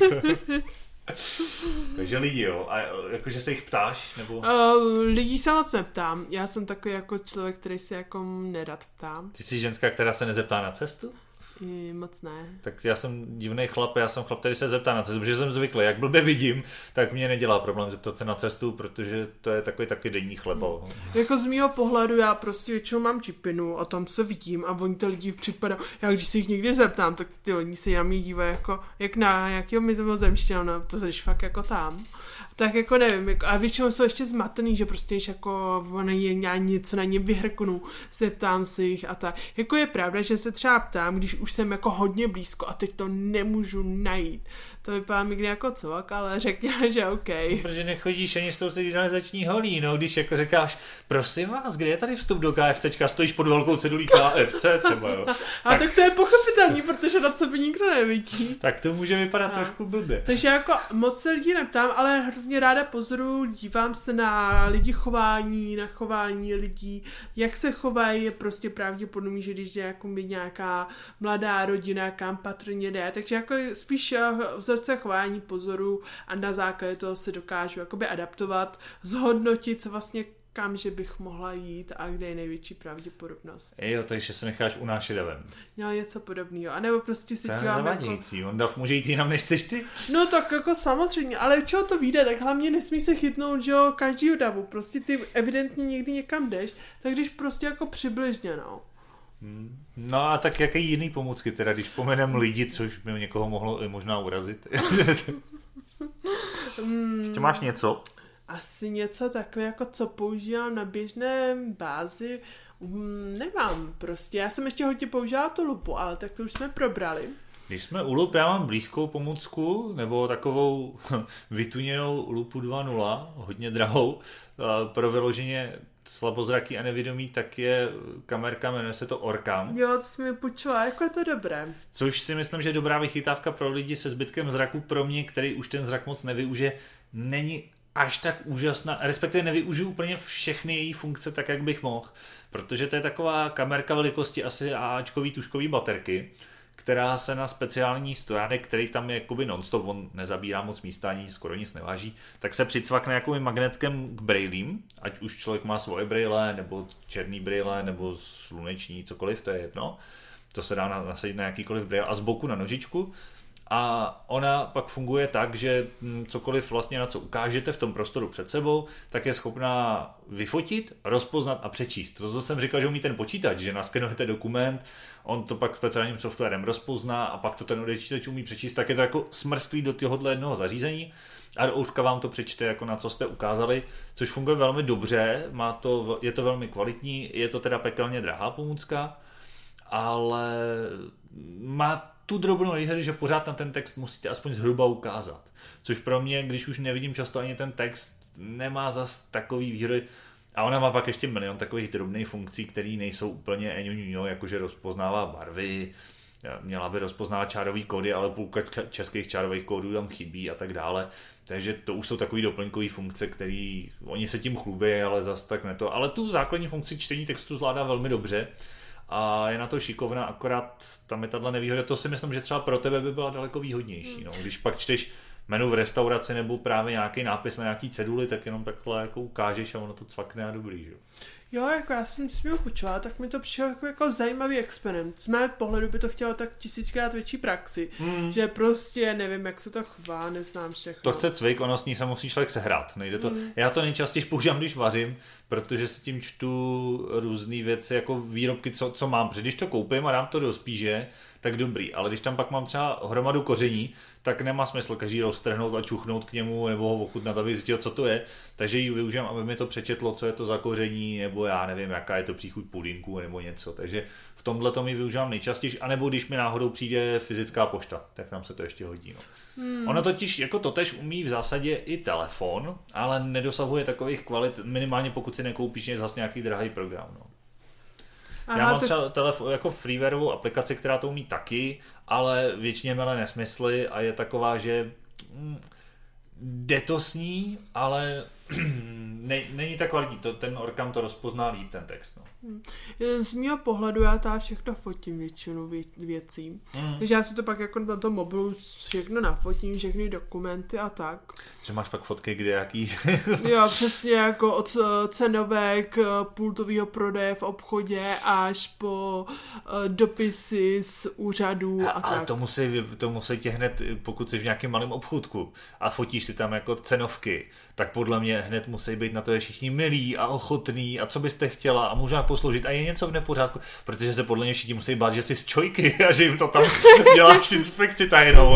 Takže lidi, jo, a jakože se jich ptáš, nebo? Lidí se moc neptám, já jsem takový jako člověk, který se jako nerad ptám. Ty jsi ženská, která se nezeptá na cestu? Moc ne. Tak já jsem divný chlap, já jsem chlap, který se zeptá na cestu, protože jsem zvyklý, jak blbě vidím, tak mě nedělá problém zeptat se na cestu, protože to je takový taky denní chleba. Jako z mýho pohledu já prostě většinou mám čipinu a tam se vidím a oni to lidi připadají, já když se jich někdy zeptám, tak ty lidi se na mě dívají jako, jak na nějakého mizemozemštěna, no, to jsi fakt jako tam. Tak jako nevím, jako, a většinou jsou ještě zmatený, že prostě když jako já něco na ně vyhrknu, zeptám se jich a tak. Jako je pravda, že se třeba ptám, když už jsem jako hodně blízko a teď to nemůžu najít. To vypadá mi jako cvak, ale řekněme, že OK. Protože nechodíš ani s tou signalizační holí, no, když jako říkáš, prosím vás, kde je tady vstup do KFCčka, stojíš pod velkou cedulí KFC třeba, jo. A tak to je pochopitelný, protože na sebe nikdo nevidí. Tak to může vypadat trošku blbě. Takže jako moc se lidí neptám, ale hrozně ráda pozoruju, dívám se na lidi chování, na chování lidí, jak se chovají, je prostě pravděpodobný, že když jde jako nějaká mladá rodina, kam patrně jde, takže jako spíš vzorce chování pozoru a na základě toho se dokážu jakoby adaptovat, zhodnotit, co vlastně kam, že bych mohla jít a kde je největší pravděpodobnost. Jo, takže se necháš unášet davem. No, něco podobného. A nebo prostě si dívám zavádějící. On dav může jít jinam, než chceš ty? No tak jako samozřejmě, ale čeho to vyjde, tak hlavně nesmí se chytnout, že jo, každýho davu. Prostě ty evidentně někdy někam jdeš, tak když prostě jako přibližně, no. No a tak jaké jiný pomůcky teda, když pomenem lidi, což by někoho mohlo i možná urazit. Ještě máš něco? Asi něco takové, jako co používám na běžné bázi, nemám prostě. Já jsem ještě hodně používala tu lupu, ale tak to už jsme probrali. Když jsme u lup, já mám blízkou pomůcku, nebo takovou vytuněnou lupu 2.0, hodně drahou, pro vyloženě slabozraký a nevědomí, tak je kamerka, jmenuje se to Orcam. Jo, to jsi mi půjčila, jako je to dobré. Což si myslím, že je dobrá vychytávka pro lidi se zbytkem zraku, pro mě, který už ten zrak moc nevyužije, není až tak úžasná, respektive nevyužiju úplně všechny její funkce tak, jak bych mohl, protože to je taková kamerka velikosti asi AAčkový tuškový baterky, která se na speciální stojánek, který tam je jakoby non-stop, on nezabírá moc místa, ani skoro nic neváží, tak se přicvakne jakoby magnetkem k brejlím, ať už člověk má svoje brejle, nebo černý brejle, nebo sluneční, cokoliv, to je jedno. To se dá nasadit na jakýkoliv brejle a z boku na nožičku. A ona pak funguje tak, že cokoliv vlastně na co ukážete v tom prostoru před sebou, tak je schopná vyfotit, rozpoznat a přečíst. To, co jsem říkal, že umí ten počítač, že naskenujete dokument, on to pak speciálním softwarem rozpozná a pak to ten odečítač umí přečíst, tak je to jako smrsklý do tohohle jednoho zařízení a do ouška vám to přečte, jako na co jste ukázali, což funguje velmi dobře, je to velmi kvalitní, je to teda pekelně drahá pomůcka, ale má tu drobnou výhodu, že pořád na ten text musíte aspoň zhruba ukázat. Což pro mě, když už nevidím často ani ten text, nemá zas takový výhody. A ona má pak ještě milion takových drobných funkcí, které nejsou úplně eňuňuňo, jakože rozpoznává barvy, měla by rozpoznávat čárový kódy, ale půlka českých čárových kódů tam chybí a tak dále. Takže to už jsou takové doplňkové funkce, které oni se tím chlubí, ale zas tak ne to. Ale tu základní funkci čtení textu zvládá velmi dobře. A je na to šikovná, akorát tam je tato nevýhoda, to si myslím, že třeba pro tebe by byla daleko výhodnější. No. Když pak čteš menu v restauraci nebo právě nějaký nápis na nějaký ceduli, tak jenom takhle jako ukážeš a ono to cvakne a dobrý. Že? Jo, jako já jsem si měl počula, tak mi to přišlo jako zajímavý experiment. Z mého pohledu by to chtělo tak 1000krát větší praxi, že prostě nevím, jak se to chová, neznám všechno. To chce cvik, ono s ní se musí člověk sehrát. Nejde to. Já to nejčastěji používám, když vařím, protože si tím čtu různé věci, jako výrobky, co mám. Protože když to koupím a dám to do spíže, tak dobrý, ale když tam pak mám třeba hromadu koření, tak nemá smysl každý roztrhnout a čuchnout k němu nebo ho ochutnat, aby zjistil, co to je. Takže ji využívám, aby mi to přečetlo, co je to za koření, nebo já nevím, jaká je to příchuť pudinku nebo něco. Takže v tomhle to mi využívám nejčastěji, anebo když mi náhodou přijde fyzická pošta, tak nám se to ještě hodí. No. Ono totiž jako totéž umí v zásadě i telefon, ale nedosahuje takových kvalit, minimálně pokud si nekoupíš zase nějaký drahý program. No. Aha, já mám třeba jako freewareovou aplikaci, která to umí taky, ale většině mele nesmysly a je taková, že jde to s ní, ale není tak kvalitní. Ten Orcam to rozpozná líp, ten text. No. Z mého pohledu já tady všechno fotím většinu věcí. Takže já si to pak jako na tom mobilu všechno nafotím, všechny dokumenty a tak. Že máš pak fotky, kde jaký? Jo, přesně jako od cenovek, pultového prodeje v obchodě až po dopisy z úřadů a ale tak. To musí tě hned, pokud jsi v nějakém malém obchůdku a fotíš si tam jako cenovky, tak podle mě hned musí být na to je všichni milí a ochotný a co byste chtěla a možná posloužit a je něco v nepořádku, protože se podle mě všichni musí bát, že jsi z čojky a že jim to tam děláš inspekci tajnou.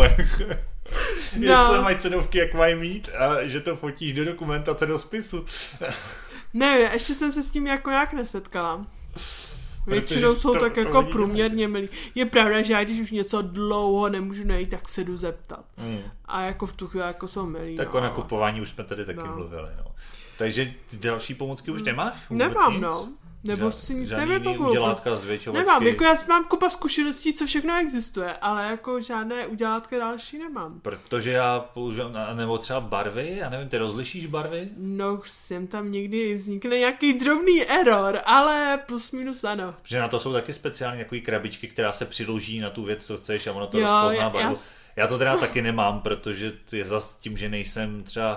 Jestli mají cenovky, jak mají mít a že to fotíš do dokumentace, do spisu. Ne, ještě jsem se s tím jako nějak nesetkala. Většinou jsou tak jako průměrně milí. Je pravda, že já když už něco dlouho nemůžu najít, tak se jdu zeptat. A jako v tu chvíli jako jsou milí. Tak o nakupování už jsme tady taky mluvili. No. Takže další pomůcky už nemáš? Nemám, no. Nebo si nic nevybavuju. Nemám, jako já mám kupa zkušeností, co všechno existuje, ale jako žádné udělátky další nemám. Protože já používám, nebo třeba barvy, já nevím, ty rozlišíš barvy? No, jsem tam někdy vznikne nějaký drobný error, ale plus minus ano. Protože na to jsou taky speciální takový krabičky, která se přiloží na tu věc, co chceš a ono to rozpozná barvu. Já to teda taky nemám, protože je zas tím, že nejsem třeba...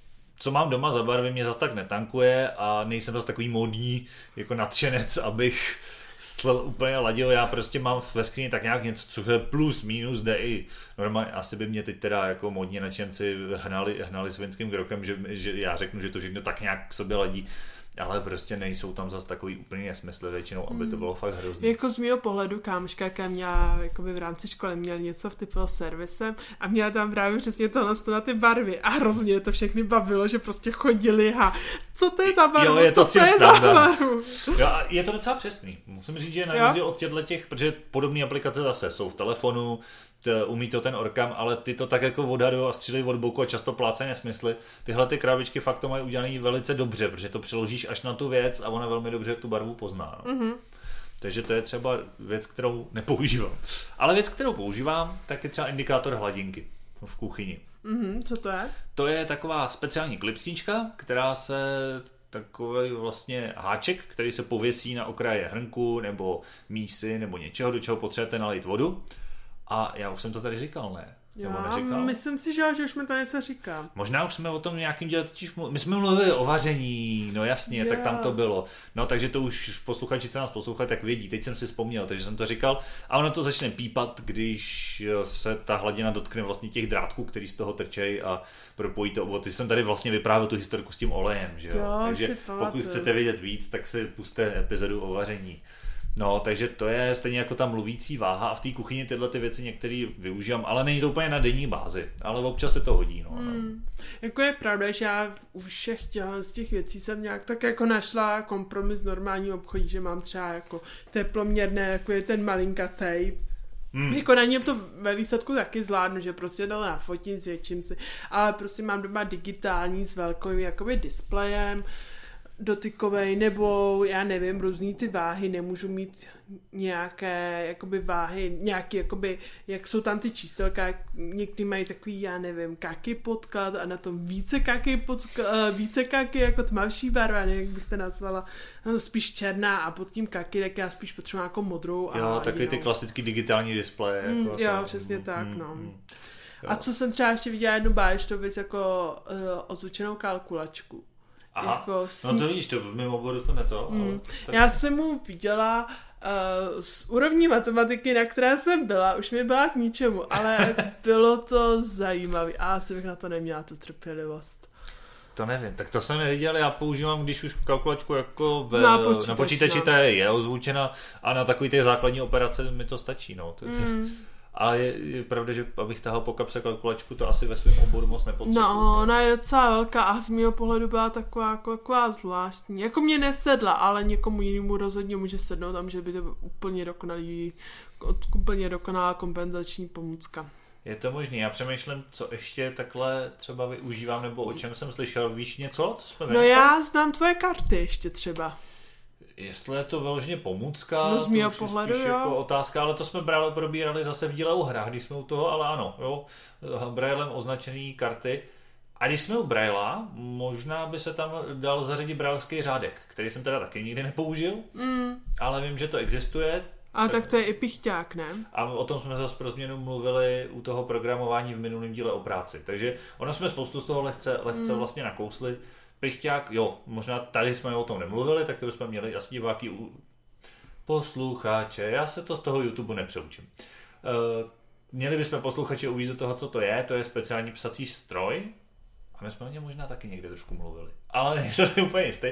Co mám doma za barvy, mě zas tak netankuje a nejsem zas takový módní jako nadšenec, abych úplně ladil. Já prostě mám ve skříni tak nějak něco, co je plus, minus, jde i normálně. Asi by mě teď teda jako módní nadšenci hnali svinským krokem, že já řeknu, že to všechno tak nějak k sobě ladí. Ale prostě nejsou tam zase takový úplně nesmysly většinou, aby to bylo fakt hrozný. Jako z mýho pohledu kámoška, jaká měla jakoby v rámci školy měl něco v typu servisem a měla tam právě přesně tohle na ty barvy a hrozně to všechny bavilo, že prostě chodili a co to je za barvu, jo, co to je za barvu. Jo, a je to docela přesný. Musím říct, že na rozdíl od těch, protože podobné aplikace zase jsou v telefonu, umí to ten Orkam, ale ty to tak jako odhadují a střílejí od boku a často plácají nesmysly. Tyhle ty krabičky fakt to mají udělané velice dobře, protože to přiložíš až na tu věc a ona velmi dobře tu barvu pozná. No. Mm-hmm. Takže to je třeba věc, kterou nepoužívám. Ale věc, kterou používám, tak je třeba indikátor hladinky v kuchyni. Mm-hmm, co to je? To je taková speciální klipsnička, která se takový vlastně háček, který se pověsí na okraji hrnku nebo mísy nebo něčeho, do čeho potřebujete nalít vodu. A já už jsem to tady říkal, ne? Myslím si, že už mi to něco říká. Možná už jsme o tom nějakým dělali totiž my jsme mluvili o vaření, no jasně, tak tam to bylo. No takže to už posluchači, co nás poslouchají, tak vědí. Teď jsem si vzpomněl, takže jsem to říkal. A ono to začne pípat, když se ta hladina dotkne vlastně těch drátků, který z toho trčejí a propojí to. Ty jsem tady vlastně vyprávěl tu historku s tím olejem, že jo? Takže pokud chcete vědět víc, tak si pusťte epizodu o vaření. No, takže to je stejně jako ta mluvící váha a v té kuchyni tyhle ty věci některé využívám, ale není to úplně na denní bázi, ale občas se to hodí, no. Jako je pravda, že já u všech z těch věcí jsem nějak tak jako našla kompromis normální obchodí, že mám třeba jako teploměrné, jako je ten malinkatej. Jako na něm to ve výsledku taky zvládnu, že prostě to nafotím, zvětším si, ale prostě mám doma digitální s velkým jakoby displejem, dotykovej, nebo já nevím, různý ty váhy, nemůžu mít nějaké jakoby váhy, nějaký jakoby, jak jsou tam ty číselka, někdy mají takový, já nevím, kaky podklad a na tom více kaky jako tmavší barva, nevím, jak bych to nazvala, no, spíš černá a pod tím kaky, tak já spíš potřebuji jako modrou. Jo, takový ty klasický digitální displeje. Jako jo, přesně tak, no. A co jsem třeba ještě viděla jednu báještovic jako ozvučenou kalkulačku. Aha, jako no to vidíš, to v mém oboru to neto. Tak... Já jsem mu viděla z úrovní matematiky, na které jsem byla, už mi byla k ničemu, ale bylo to zajímavé a asi bych na to neměla tu trpělivost. To nevím, tak to jsem neviděl, já používám, když už kalkulačku jako na počítači ta je ozvučena a na takový ty základní operace mi to stačí, no. Ale je pravda, že abych tahal po kapse kalkulačku, to asi ve svém oboru moc nepotřebuji. No, ona je docela velká a z mého pohledu byla taková zvláštní. Jako mě nesedla, ale někomu jinému rozhodně může sednout a může být úplně dokonalá kompenzační pomůcka. Je to možný, já přemýšlím, co ještě takhle třeba využívám, nebo o čem jsem slyšel, víš něco? Co jsme no já znám tvoje karty ještě třeba. Jestli je to vyloženě pomůcka, no z mého pohledu, spíš jako otázka, ale to jsme probírali zase v díle o hrách, když jsme u toho, ale ano, jo, braillem označený karty. A když jsme u Brailla, možná by se tam dal zařadit brailský řádek, který jsem teda taky nikdy nepoužil, ale vím, že to existuje. A tak to je i pichťák, ne? A o tom jsme zase pro změnu mluvili u toho programování v minulém díle o práci. Takže ono jsme spoustu z toho lehce vlastně nakousli. Pichťák, jo, možná tady jsme o tom nemluvili, tak to bychom měli asi diváky posluchače. Já se to z toho YouTube nepřeučím. Měli bychom posluchače uvíct do toho, co to je speciální psací stroj. A my jsme o něm možná taky někde trošku mluvili. Ale nejsem si úplně jistý.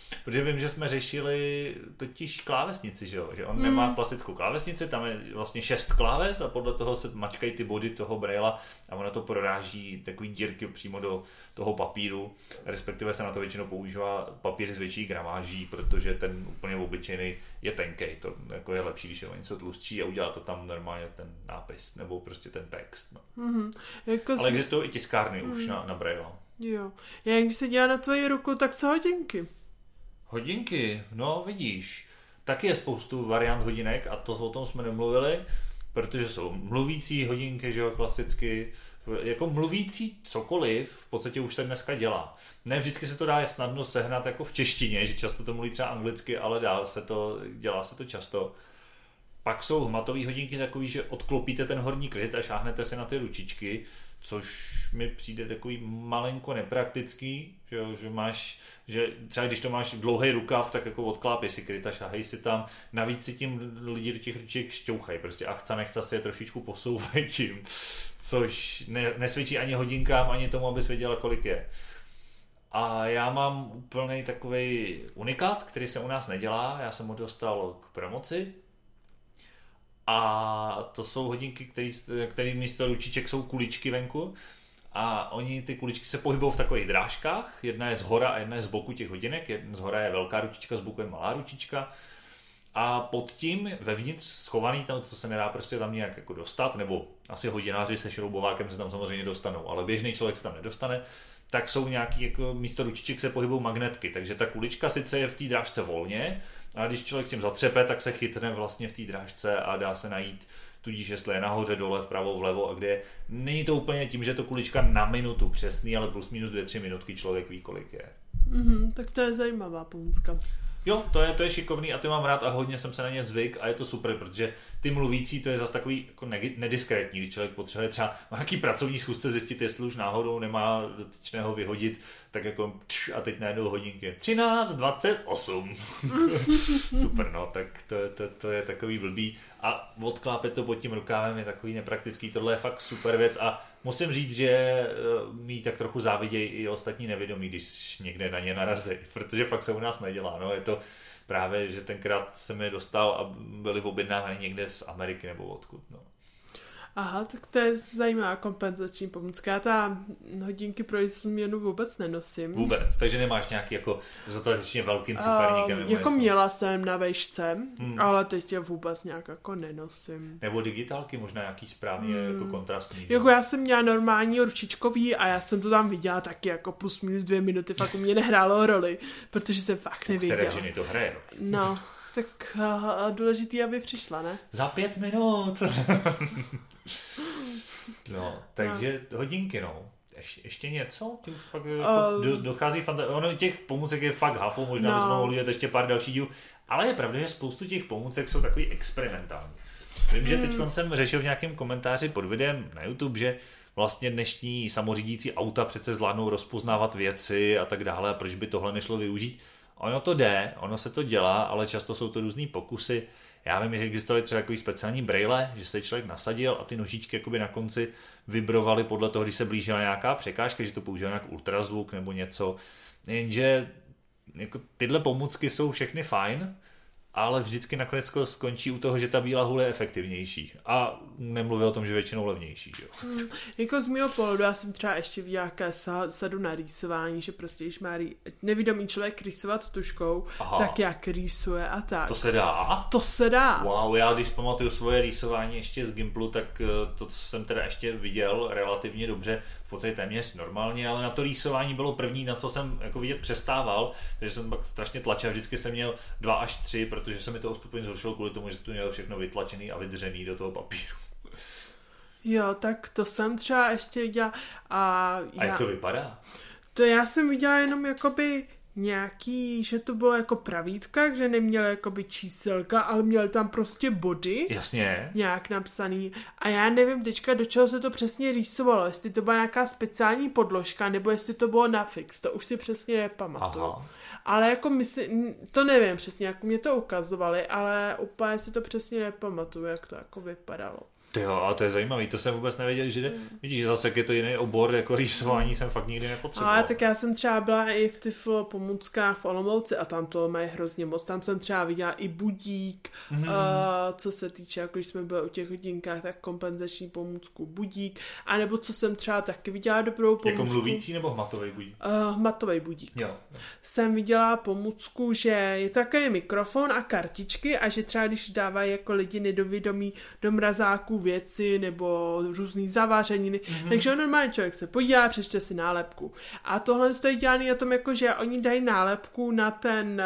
Protože vím, že jsme řešili totiž klávesnici, že jo? Že on nemá klasickou klávesnici, tam je vlastně 6 kláves a podle toho se mačkají ty body toho Brailla a ono to proráží takový dírky přímo do toho papíru, respektive se na to většinou používá papír s větší gramáží, protože ten úplně obyčejný je tenkej, to jako je lepší, když je o něco tlustší a udělá to tam normálně ten nápis, nebo prostě ten text. No. Ale existují i tiskárny už na Braille. Jo. Já když se dělá na tvoji ruku, tak co hodinky? Hodinky, no vidíš, taky je spoustu variant hodinek a o tom jsme nemluvili, protože jsou mluvící hodinky, že jo, klasicky, jako mluvící cokoliv v podstatě už se dneska dělá. Ne vždycky se to dá snadno sehnat jako v češtině, že často to mluví třeba anglicky, ale dělá se to často. Pak jsou hmatové hodinky takový, že odklopíte ten horní kryt a šáhnete se na ty ručičky, což mi přijde takový malinko nepraktický, že třeba když to máš dlouhý rukav, tak jako odklápej si kryt a šáhej si tam. Navíc si tím lidi do těch ručiček šťouchají, prostě a nechce si je trošičku posouvají tím, což nesvědčí ani hodinkám, ani tomu, abys věděla, kolik je. A já mám úplnej takovej unikát, který se u nás nedělá, já jsem ho dostal k promoci. A to jsou hodinky, které místo ručiček jsou kuličky venku a ty kuličky se pohybují v takových drážkách, jedna je z hora a jedna je z boku těch hodinek, z hora je velká ručička, z boku je malá ručička a pod tím vevnitř schovaný, tam to se nedá prostě tam nějak jako dostat, nebo asi hodináři se šroubovákem se tam samozřejmě dostanou, ale běžný člověk se tam nedostane, tak jsou nějaký, jako místo ručiček se pohybují magnetky, takže ta kulička sice je v té drážce volně, ale když člověk s tím zatřepe, tak se chytne vlastně v té drážce a dá se najít, tudíž jestli je nahoře, dole, vpravo, vlevo a kde je. Není to úplně tím, že to kulička na minutu přesný, ale plus minus 2-3 minutky člověk ví, kolik je. Tak to je zajímavá pomůcka. Jo, to je šikovný a ty mám rád a hodně jsem se na ně zvyk a je to super, protože ty mluvící to je zase takový jako nediskrétní, když člověk potřebuje třeba na nějaký pracovní schůzce zjistit, jestli už náhodou nemá dotyčného vyhodit, tak jako a teď najednou hodinky 13:28. Super, no, tak to je takový blbý a odklápet to pod tím rukávem je takový nepraktický, tohle je fakt super věc a musím říct, že mi tak trochu závidějí i ostatní nevědomí, když někde na ně narazí, protože fakt se u nás nedělá, no, je to právě, že tenkrát jsem je dostal a byli objednáni někde z Ameriky nebo odkud, no. Aha, tak to je zajímavá kompenzační pomůcka. Já ta hodinky pro změnu vůbec nenosím. Vůbec, takže nemáš nějaký jako dostatečně velkým ciferníkem? Jako měla jsem na vejšce, ale teď je vůbec nějak jako nenosím. Nebo digitálky, možná nějaký správně jako kontrastní. Jako já jsem měla normální ručičkový a já jsem to tam viděla taky jako plus minus 2 minuty, fakt u mě nehrálo roli, protože jsem fakt nevěděla. Které ženy to hraje? No, tak důležitý, aby přišla, ne? Za 5 minut! No, takže hodinky, no. Ještě něco? Ty už fakt dochází ono těch pomůcek je fakt hafo, možná bychom mohli dělat ještě pár dalších dílů, ale je pravda, že spoustu těch pomůcek jsou takový experimentální. Vím, že teď jsem řešil v nějakém komentáři pod videem na YouTube, že vlastně dnešní samořídící auta přece zvládnou rozpoznávat věci a tak dále, a proč by tohle nešlo využít. Ono to jde, ono se to dělá, ale často jsou to různý pokusy. Já vím, že existovaly třeba takový speciální braille, že se člověk nasadil a ty nožičky jakoby na konci vibrovaly podle toho, když se blížila nějaká překážka, že to používal nějak ultrazvuk nebo něco. Jenže jako tyhle pomůcky jsou všechny fajn, ale vždycky nakonec skončí u toho, že ta bílá hůle je efektivnější. A nemluvil o tom, že většinou levnější. Jo? Jako z mého pohledu, já jsem třeba ještě viděla nějaké sadu na rýsování, že prostě, když má nevědomý člověk rýsovat tuškou, tak jak rýsuje a tak. To se dá? To se dá. Wow, já když pamatuju svoje rýsování ještě z Gimplu, tak to jsem teda ještě viděl relativně dobře, v podstatě téměř normálně, ale na to rýsování bylo první, na co jsem jako vidět přestával, takže jsem pak strašně tlačil, vždycky jsem měl 2 až 3, protože se mi to o stupeň zhoršilo kvůli tomu, že to mělo všechno vytlačený a vydřený do toho papíru. Jo, tak to jsem třeba ještě viděla. A jak to vypadá? To já jsem viděla jenom jakoby nějaký, že to bylo jako pravítka, že neměl jakoby číselka, ale měl tam prostě body. Jasně. Nějak napsaný. A já nevím teďka, do čeho se to přesně rýsovalo. Jestli to byla nějaká speciální podložka, nebo jestli to bylo na fix. To už si přesně nepamatuju. Ale jako to nevím přesně, jak mě to ukazovali, ale úplně si to přesně nepamatuju, jak to jako vypadalo. Tyjo, ale to je zajímavý, to jsem vůbec nevěděl, že vidíš, zase jak je to jiný obor, jako rýsování jsem fakt nikdy nepotřeboval. Ale tak já jsem třeba byla i v Tyflo pomůckách v Olomouci a tam to mají hrozně moc. Tam jsem třeba viděla i budík, co se týče, jako když jsme byli u těch hodinkách, tak kompenzační pomůcku budík, anebo co jsem třeba taky viděla dobrou pomůcku. Jako mluvící nebo hmatový budík? Hmatový budík. Jo. Jsem viděla pomůcku, že je to takový mikrofon a kartičky a že třeba když dávají jako lidi nedovědomí do mrazáků věci nebo různý zavářeniny, takže normálně člověk se podívá, přečte si nálepku. A tohle stojí dělaný na tom, jako že oni dají nálepku na ten...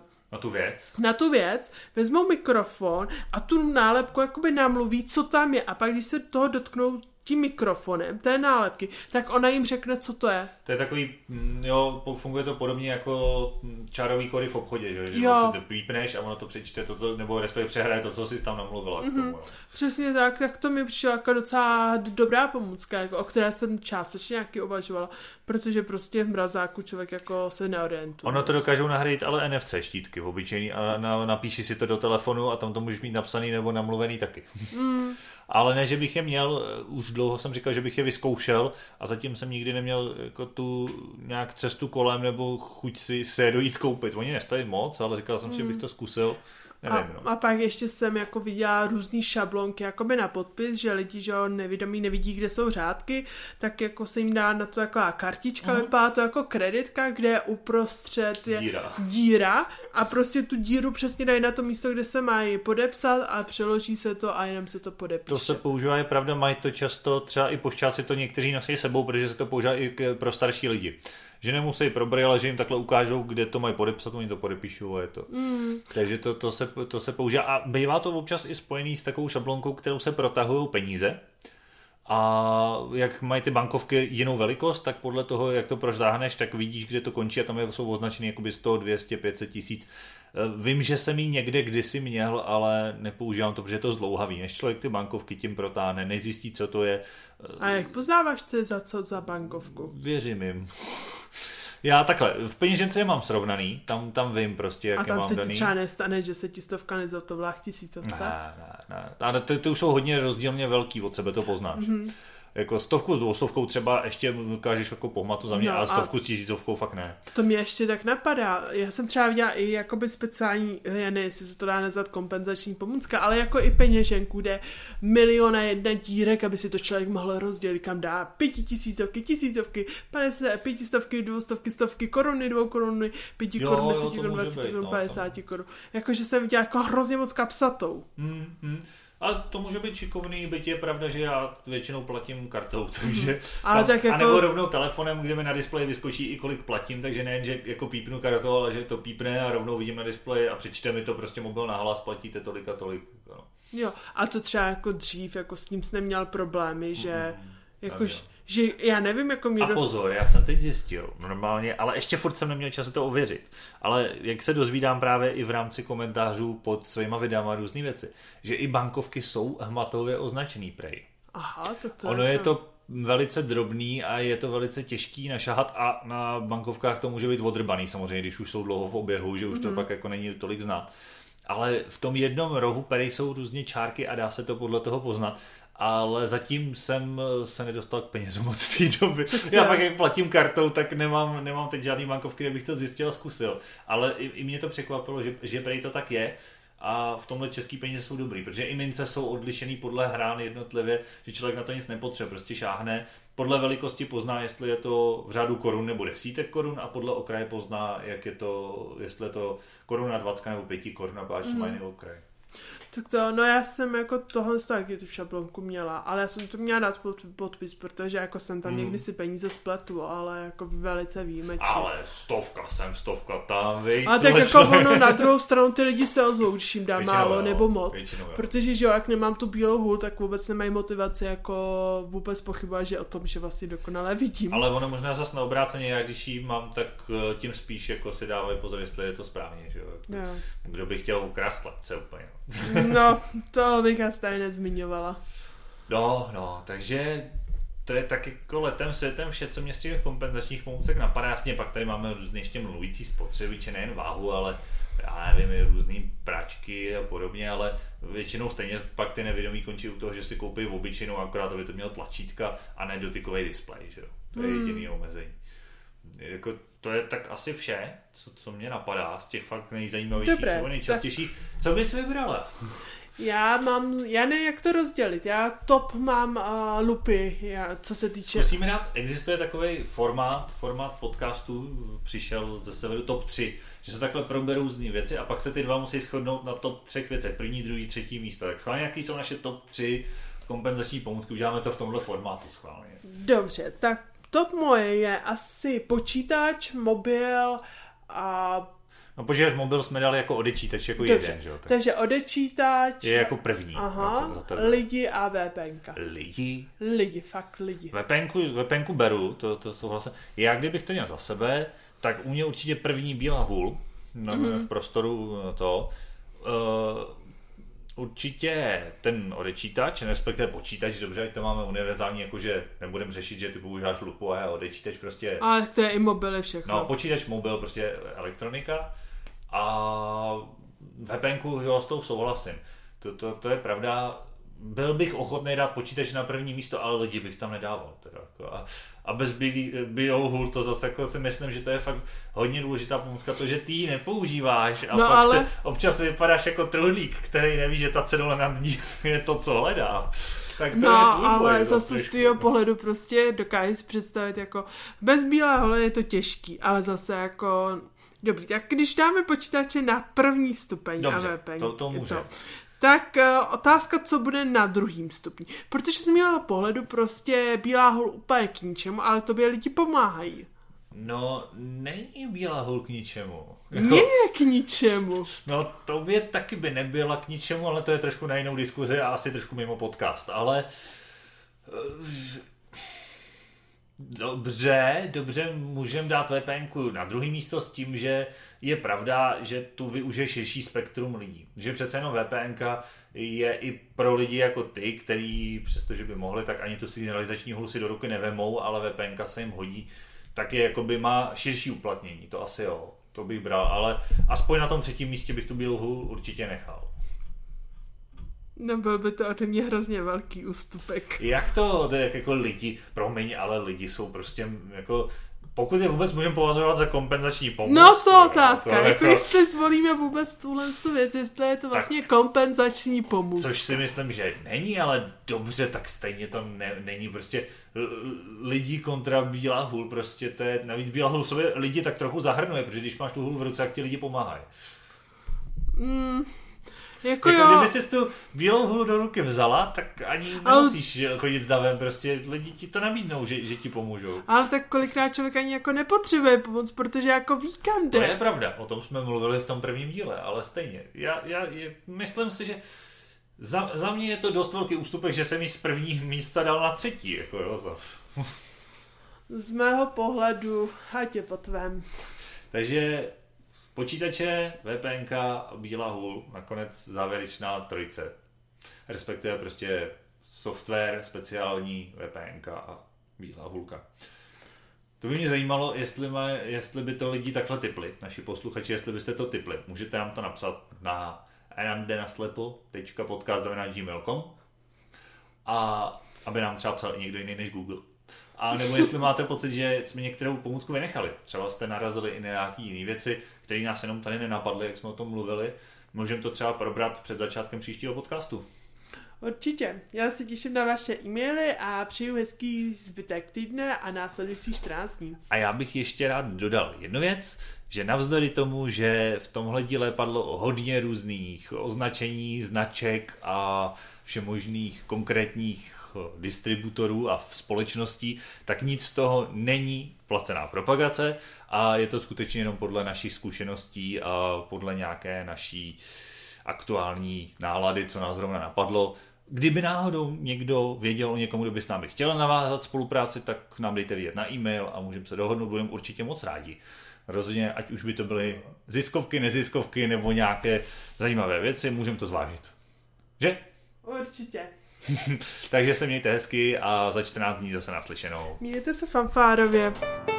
Na tu věc, vezmou mikrofon a tu nálepku jakoby namluví, co tam je. A pak, když se toho dotknou tím mikrofonem, té nálepky, tak ona jim řekne, co to je. To je takový, jo, funguje to podobně jako čárový kódy v obchodě, že si to pípneš a ono to přečte, nebo respektive přehraje to, co jsi tam namluvila k tomu. No. Přesně tak to mi přišlo jako docela dobrá pomůcka, jako, o které jsem částečně nějaký uvažovala, protože prostě v mrazáku člověk jako se neorientuje. Ono to dokážou nahradit ale NFC štítky v obyčejný a napíši si to do telefonu a tam to můžeš mít napsaný nebo namluvený taky. Ale ne, že bych je měl, už dlouho jsem říkal, že bych je vyzkoušel a zatím jsem nikdy neměl jako tu nějak cestu kolem nebo chuť si se dojít koupit. Oni nestojí moc, ale říkal jsem si, že bych to zkusil. Nevím, a pak ještě jsem jako viděla různý šablonky jakoby na podpis, že lidi, že nevědomí nevidí, kde jsou řádky, tak jako se jim dá na to taková kartička, vypadá to jako kreditka, kde je uprostřed díra a prostě tu díru přesně dají na to místo, kde se mají podepsat a přeloží se to a jenom se to podepíše. To se používá, je pravda, mají to často, třeba i pošťáci to někteří nosí sebou, protože se to používá i pro starší lidi. Že nemusí pro brýle, že jim takhle ukážou, kde to mají podepsat, oni to podepíšou a je to. Takže to se používá a bývá to občas i spojený s takovou šablonkou, kterou se protahují peníze. A jak mají ty bankovky jinou velikost, tak podle toho, jak to protáhneš, tak vidíš, kde to končí a tam jsou označeny jakoby 100, 200, 500 tisíc. Vím, že jsem ji někde kdysi měl, ale nepoužívám to, protože je to zdlouhavý. Než člověk ty bankovky tím protáhne, nezjistí, co to je. A jak poznáváš, co je za bankovku? Věřím jim. Já takhle, v peněžence je mám srovnaný, tam vím prostě, jak je mám daný. A tam se ti třeba nestane, že se ti stovka nezhotovila k tisícovce? Ne. Ale ty už jsou hodně rozdílně velký, od sebe to poznáš. Jako 100 s 200 třeba ještě dokážeš jako pohmatu za mě, ale 100 s 1000 fakt ne. To mě ještě tak napadá. Já jsem třeba viděla i jakoby speciální, já nevím, jestli se to dá nazvat kompenzační pomůcka, ale jako i peněženku, kde 1,1 dírek, aby si to člověk mohl rozdělit, kam dá 5000, 1000, 50, 500, 200, 100 koruny, 2 koruny, 5 korun, 10 korun, 20 korun, 50 korun. Jakože jsem viděla jako hrozně moc kapsatou. A to může být šikovný, byť je pravda, že já většinou platím kartou, takže ale tak jako... a nebo rovnou telefonem, kde mi na displeji vyskočí i kolik platím, takže nejen, že jako pípnu kartou, ale že to pípne a rovnou vidím na displeji a přečte mi to prostě mobil nahlas, platíte tolik a tolik. No. Jo, a to třeba jako dřív, jako s tím jsi neměl problémy, že jakož... Že já nevím, jako mě... A pozor, já jsem teď zjistil normálně, ale ještě furt jsem neměl čas to ověřit. Ale jak se dozvídám právě i v rámci komentářů pod svýma videama různý věci, že i bankovky jsou hmatově označený prej. Aha, to ono je to velice drobný a je to velice těžký našahat a na bankovkách to může být odrbaný samozřejmě, když už jsou dlouho v oběhu, že už to pak jako není tolik znát. Ale v tom jednom rohu perej jsou různě čárky a dá se to podle toho poznat. Ale zatím jsem se nedostal k penězům od té doby. Já pak jak platím kartou, tak nemám teď žádný bankovky, kde bych to zjistil a zkusil. Ale i mě to překvapilo, že prej to tak je. A v tomhle český peníze jsou dobrý, protože i mince jsou odlišený podle hrán jednotlivě, že člověk na to nic nepotřebuje, prostě šáhne. Podle velikosti pozná, jestli je to v řádu korun nebo desítek korun a podle okraje pozná, jak je to, jestli je to koruna 20 nebo 5 korun a páč má jiný okraj. Tak to, no já jsem jako tohle taky tu šablonku měla, ale já jsem to měla dát podpis, protože jako jsem tam někdy si peníze spletu, ale jako velice výjimečně. Ale 100 sem, 100 tam, víc. Ale tak jako ono na druhou stranu ty lidi se ozvou, když jim dá většinou, málo nebo moc, většinou, protože že jo, jak nemám tu bílou hůl, tak vůbec nemají motivaci jako vůbec pochybovat, že o tom, že vlastně dokonale vidím. Ale ono možná zase na obráceně, já když jí mám, tak tím spíš jako si dávají pozor, jestli je to správně, že jo. Kdo by chtěl ukrást slepce úplně. No, to bych asi tady nezmiňovala. No, takže to je tak jako letem světem vše, co mě z těch kompenzačních pomůcek napadá. Jasně, pak tady máme různě ještě mluvící spotřebiče, nejen váhu, ale já nevím, různý práčky a podobně, ale většinou stejně pak ty nevědomí končí u toho, že si koupí obyčejnou, akorát aby to mělo tlačítka a ne dotykový displej, že jo. To je jediný omezení. Jako, to je tak asi vše, co mě napadá z těch fakt nejzajímavějších nebo nejčastějších. Tak... Co bys vybrala? Já nevím, jak to rozdělit. Já top mám lupy, co se týče... Zkusíme dát, existuje takový formát podcastu, přišel ze severu top 3, že se takhle proberou různý věci a pak se ty dva musí shodnout na top 3 věcech, první, druhý, třetí místo. Tak schválně, jaký jsou naše top 3 kompenzační pomůcky, uděláme to v tomhle formátu schválně. Dobře, tak top moje je asi počítač, mobil a... No počítač, mobil jsme dali jako odečítač, jako dobře, jeden, že jo? Takže odečítač... Je jako první. Aha, lidi a VPNka. Lidi, fakt lidi. VPNku beru, to souhlasím. Já kdybych to měl za sebe, tak u mě určitě první bílá hůl v prostoru to. Určitě ten odečítač, respektive počítač, dobře, ať to máme univerzální, jakože nebudeme řešit, že ty používáš lupu a odečítač prostě... Ale to je i mobily všechno. No, počítač, mobil, prostě elektronika a VPNku, jo, s tou souhlasím. To je pravda, byl bych ochotný dát počítač na první místo, ale lidi bych tam nedával. Teda, jako, a bez biohul to zase jako si myslím, že to je fakt hodně důležitá pomůcka, to, že ty ji nepoužíváš a pak ale... se občas vypadáš jako truhlík, který neví, že ta cedule nad ní je to, co hledá. Tak to no, je tvůj ale boj, zase z tvýho pohledu prostě dokážeš si představit jako bez bílého je to těžký, ale zase jako dobrý, tak když dáme počítače na první stupeň dobře, a VPN, to může. Tak otázka, co bude na druhým stupni. Protože z mého pohledu prostě bílá hůl úplně k ničemu, ale tobě lidi pomáhají. No, není bílá hůl k ničemu. Jako, je k ničemu. No, tobě taky by nebyla k ničemu, ale to je trošku na jinou diskuzi a asi trošku mimo podcast, ale... Dobře, můžeme dát VPNku na druhý místo s tím, že je pravda, že tu využije širší spektrum lidí. Že přece jenom VPNka je i pro lidi jako ty, který přestože by mohli, tak ani tu signalizační hůl si do ruky nevemou, ale VPNka se jim hodí, tak je jakoby má širší uplatnění, to asi jo, to bych bral, ale aspoň na tom třetím místě bych tu bílou hůl určitě nechal. No byl by to ode mě hrozně velký ústupek. Jak to jako lidi, promiň, ale lidi jsou prostě jako, pokud je vůbec můžeme považovat za kompenzační pomoc. No to otázka, jako jestli zvolíme vůbec tuhle věc, jestli je to vlastně tak, kompenzační pomoc. Což si myslím, že není, ale dobře, tak stejně to není prostě lidí kontra bílá hůl, prostě to je, navíc bílá hůl sobě lidi tak trochu zahrnuje, protože když máš tu hůl v ruce, jak ti lidi pomáhají. Jako kdyby jsi tu bílou hůl do ruky vzala, tak ani nemusíš chodit s davem, prostě lidi ti to nabídnou, že ti pomůžou. Ale tak kolikrát člověk ani jako nepotřebuje pomoc, protože jako víkende. To je pravda, o tom jsme mluvili v tom prvním díle, ale stejně. Já myslím si, že za mě je to dost velký ústupek, že jsem jí z prvního místa dal na třetí, jako jo, zas. Z mého pohledu, ať je po tvém. Takže počítače, VPNka a bílá hůl, nakonec závěrečná trojice. Respektive prostě software, speciální VPNka a bílá hůlka. To by mě zajímalo, jestli by to lidi takhle tipli, naši posluchači, jestli byste to tipli. Můžete nám to napsat na randenaslepo.podcast@gmail.com a aby nám třeba psal i někdo jiný než Google. A nebo jestli máte pocit, že jsme některou pomůcku vynechali. Třeba jste narazili i na nějaký jiný věci, které nás jenom tady nenapadly, jak jsme o tom mluvili. Můžeme to třeba probrat před začátkem příštího podcastu. Určitě. Já se těším na vaše e-maily a přeju hezký zbytek týdne a následující 14 dní. A já bych ještě rád dodal jednu věc, že navzdory tomu, že v tomhle díle padlo hodně různých označení, značek a všemožných konkrétních distributorů a společností, tak nic z toho není placená propagace a je to skutečně jenom podle našich zkušeností a podle nějaké naší aktuální nálady, co nás zrovna napadlo. Kdyby náhodou někdo věděl o někomu, kdo by s námi chtěl navázat spolupráci, tak nám dejte vědět na e-mail a můžeme se dohodnout, budeme určitě moc rádi. Rozhodně, ať už by to byly ziskovky, neziskovky nebo nějaké zajímavé věci, můžeme to zvážit. Že? Určitě. Takže se mějte hezky a za 14 dní zase naslyšenou. Mějte se fanfárově.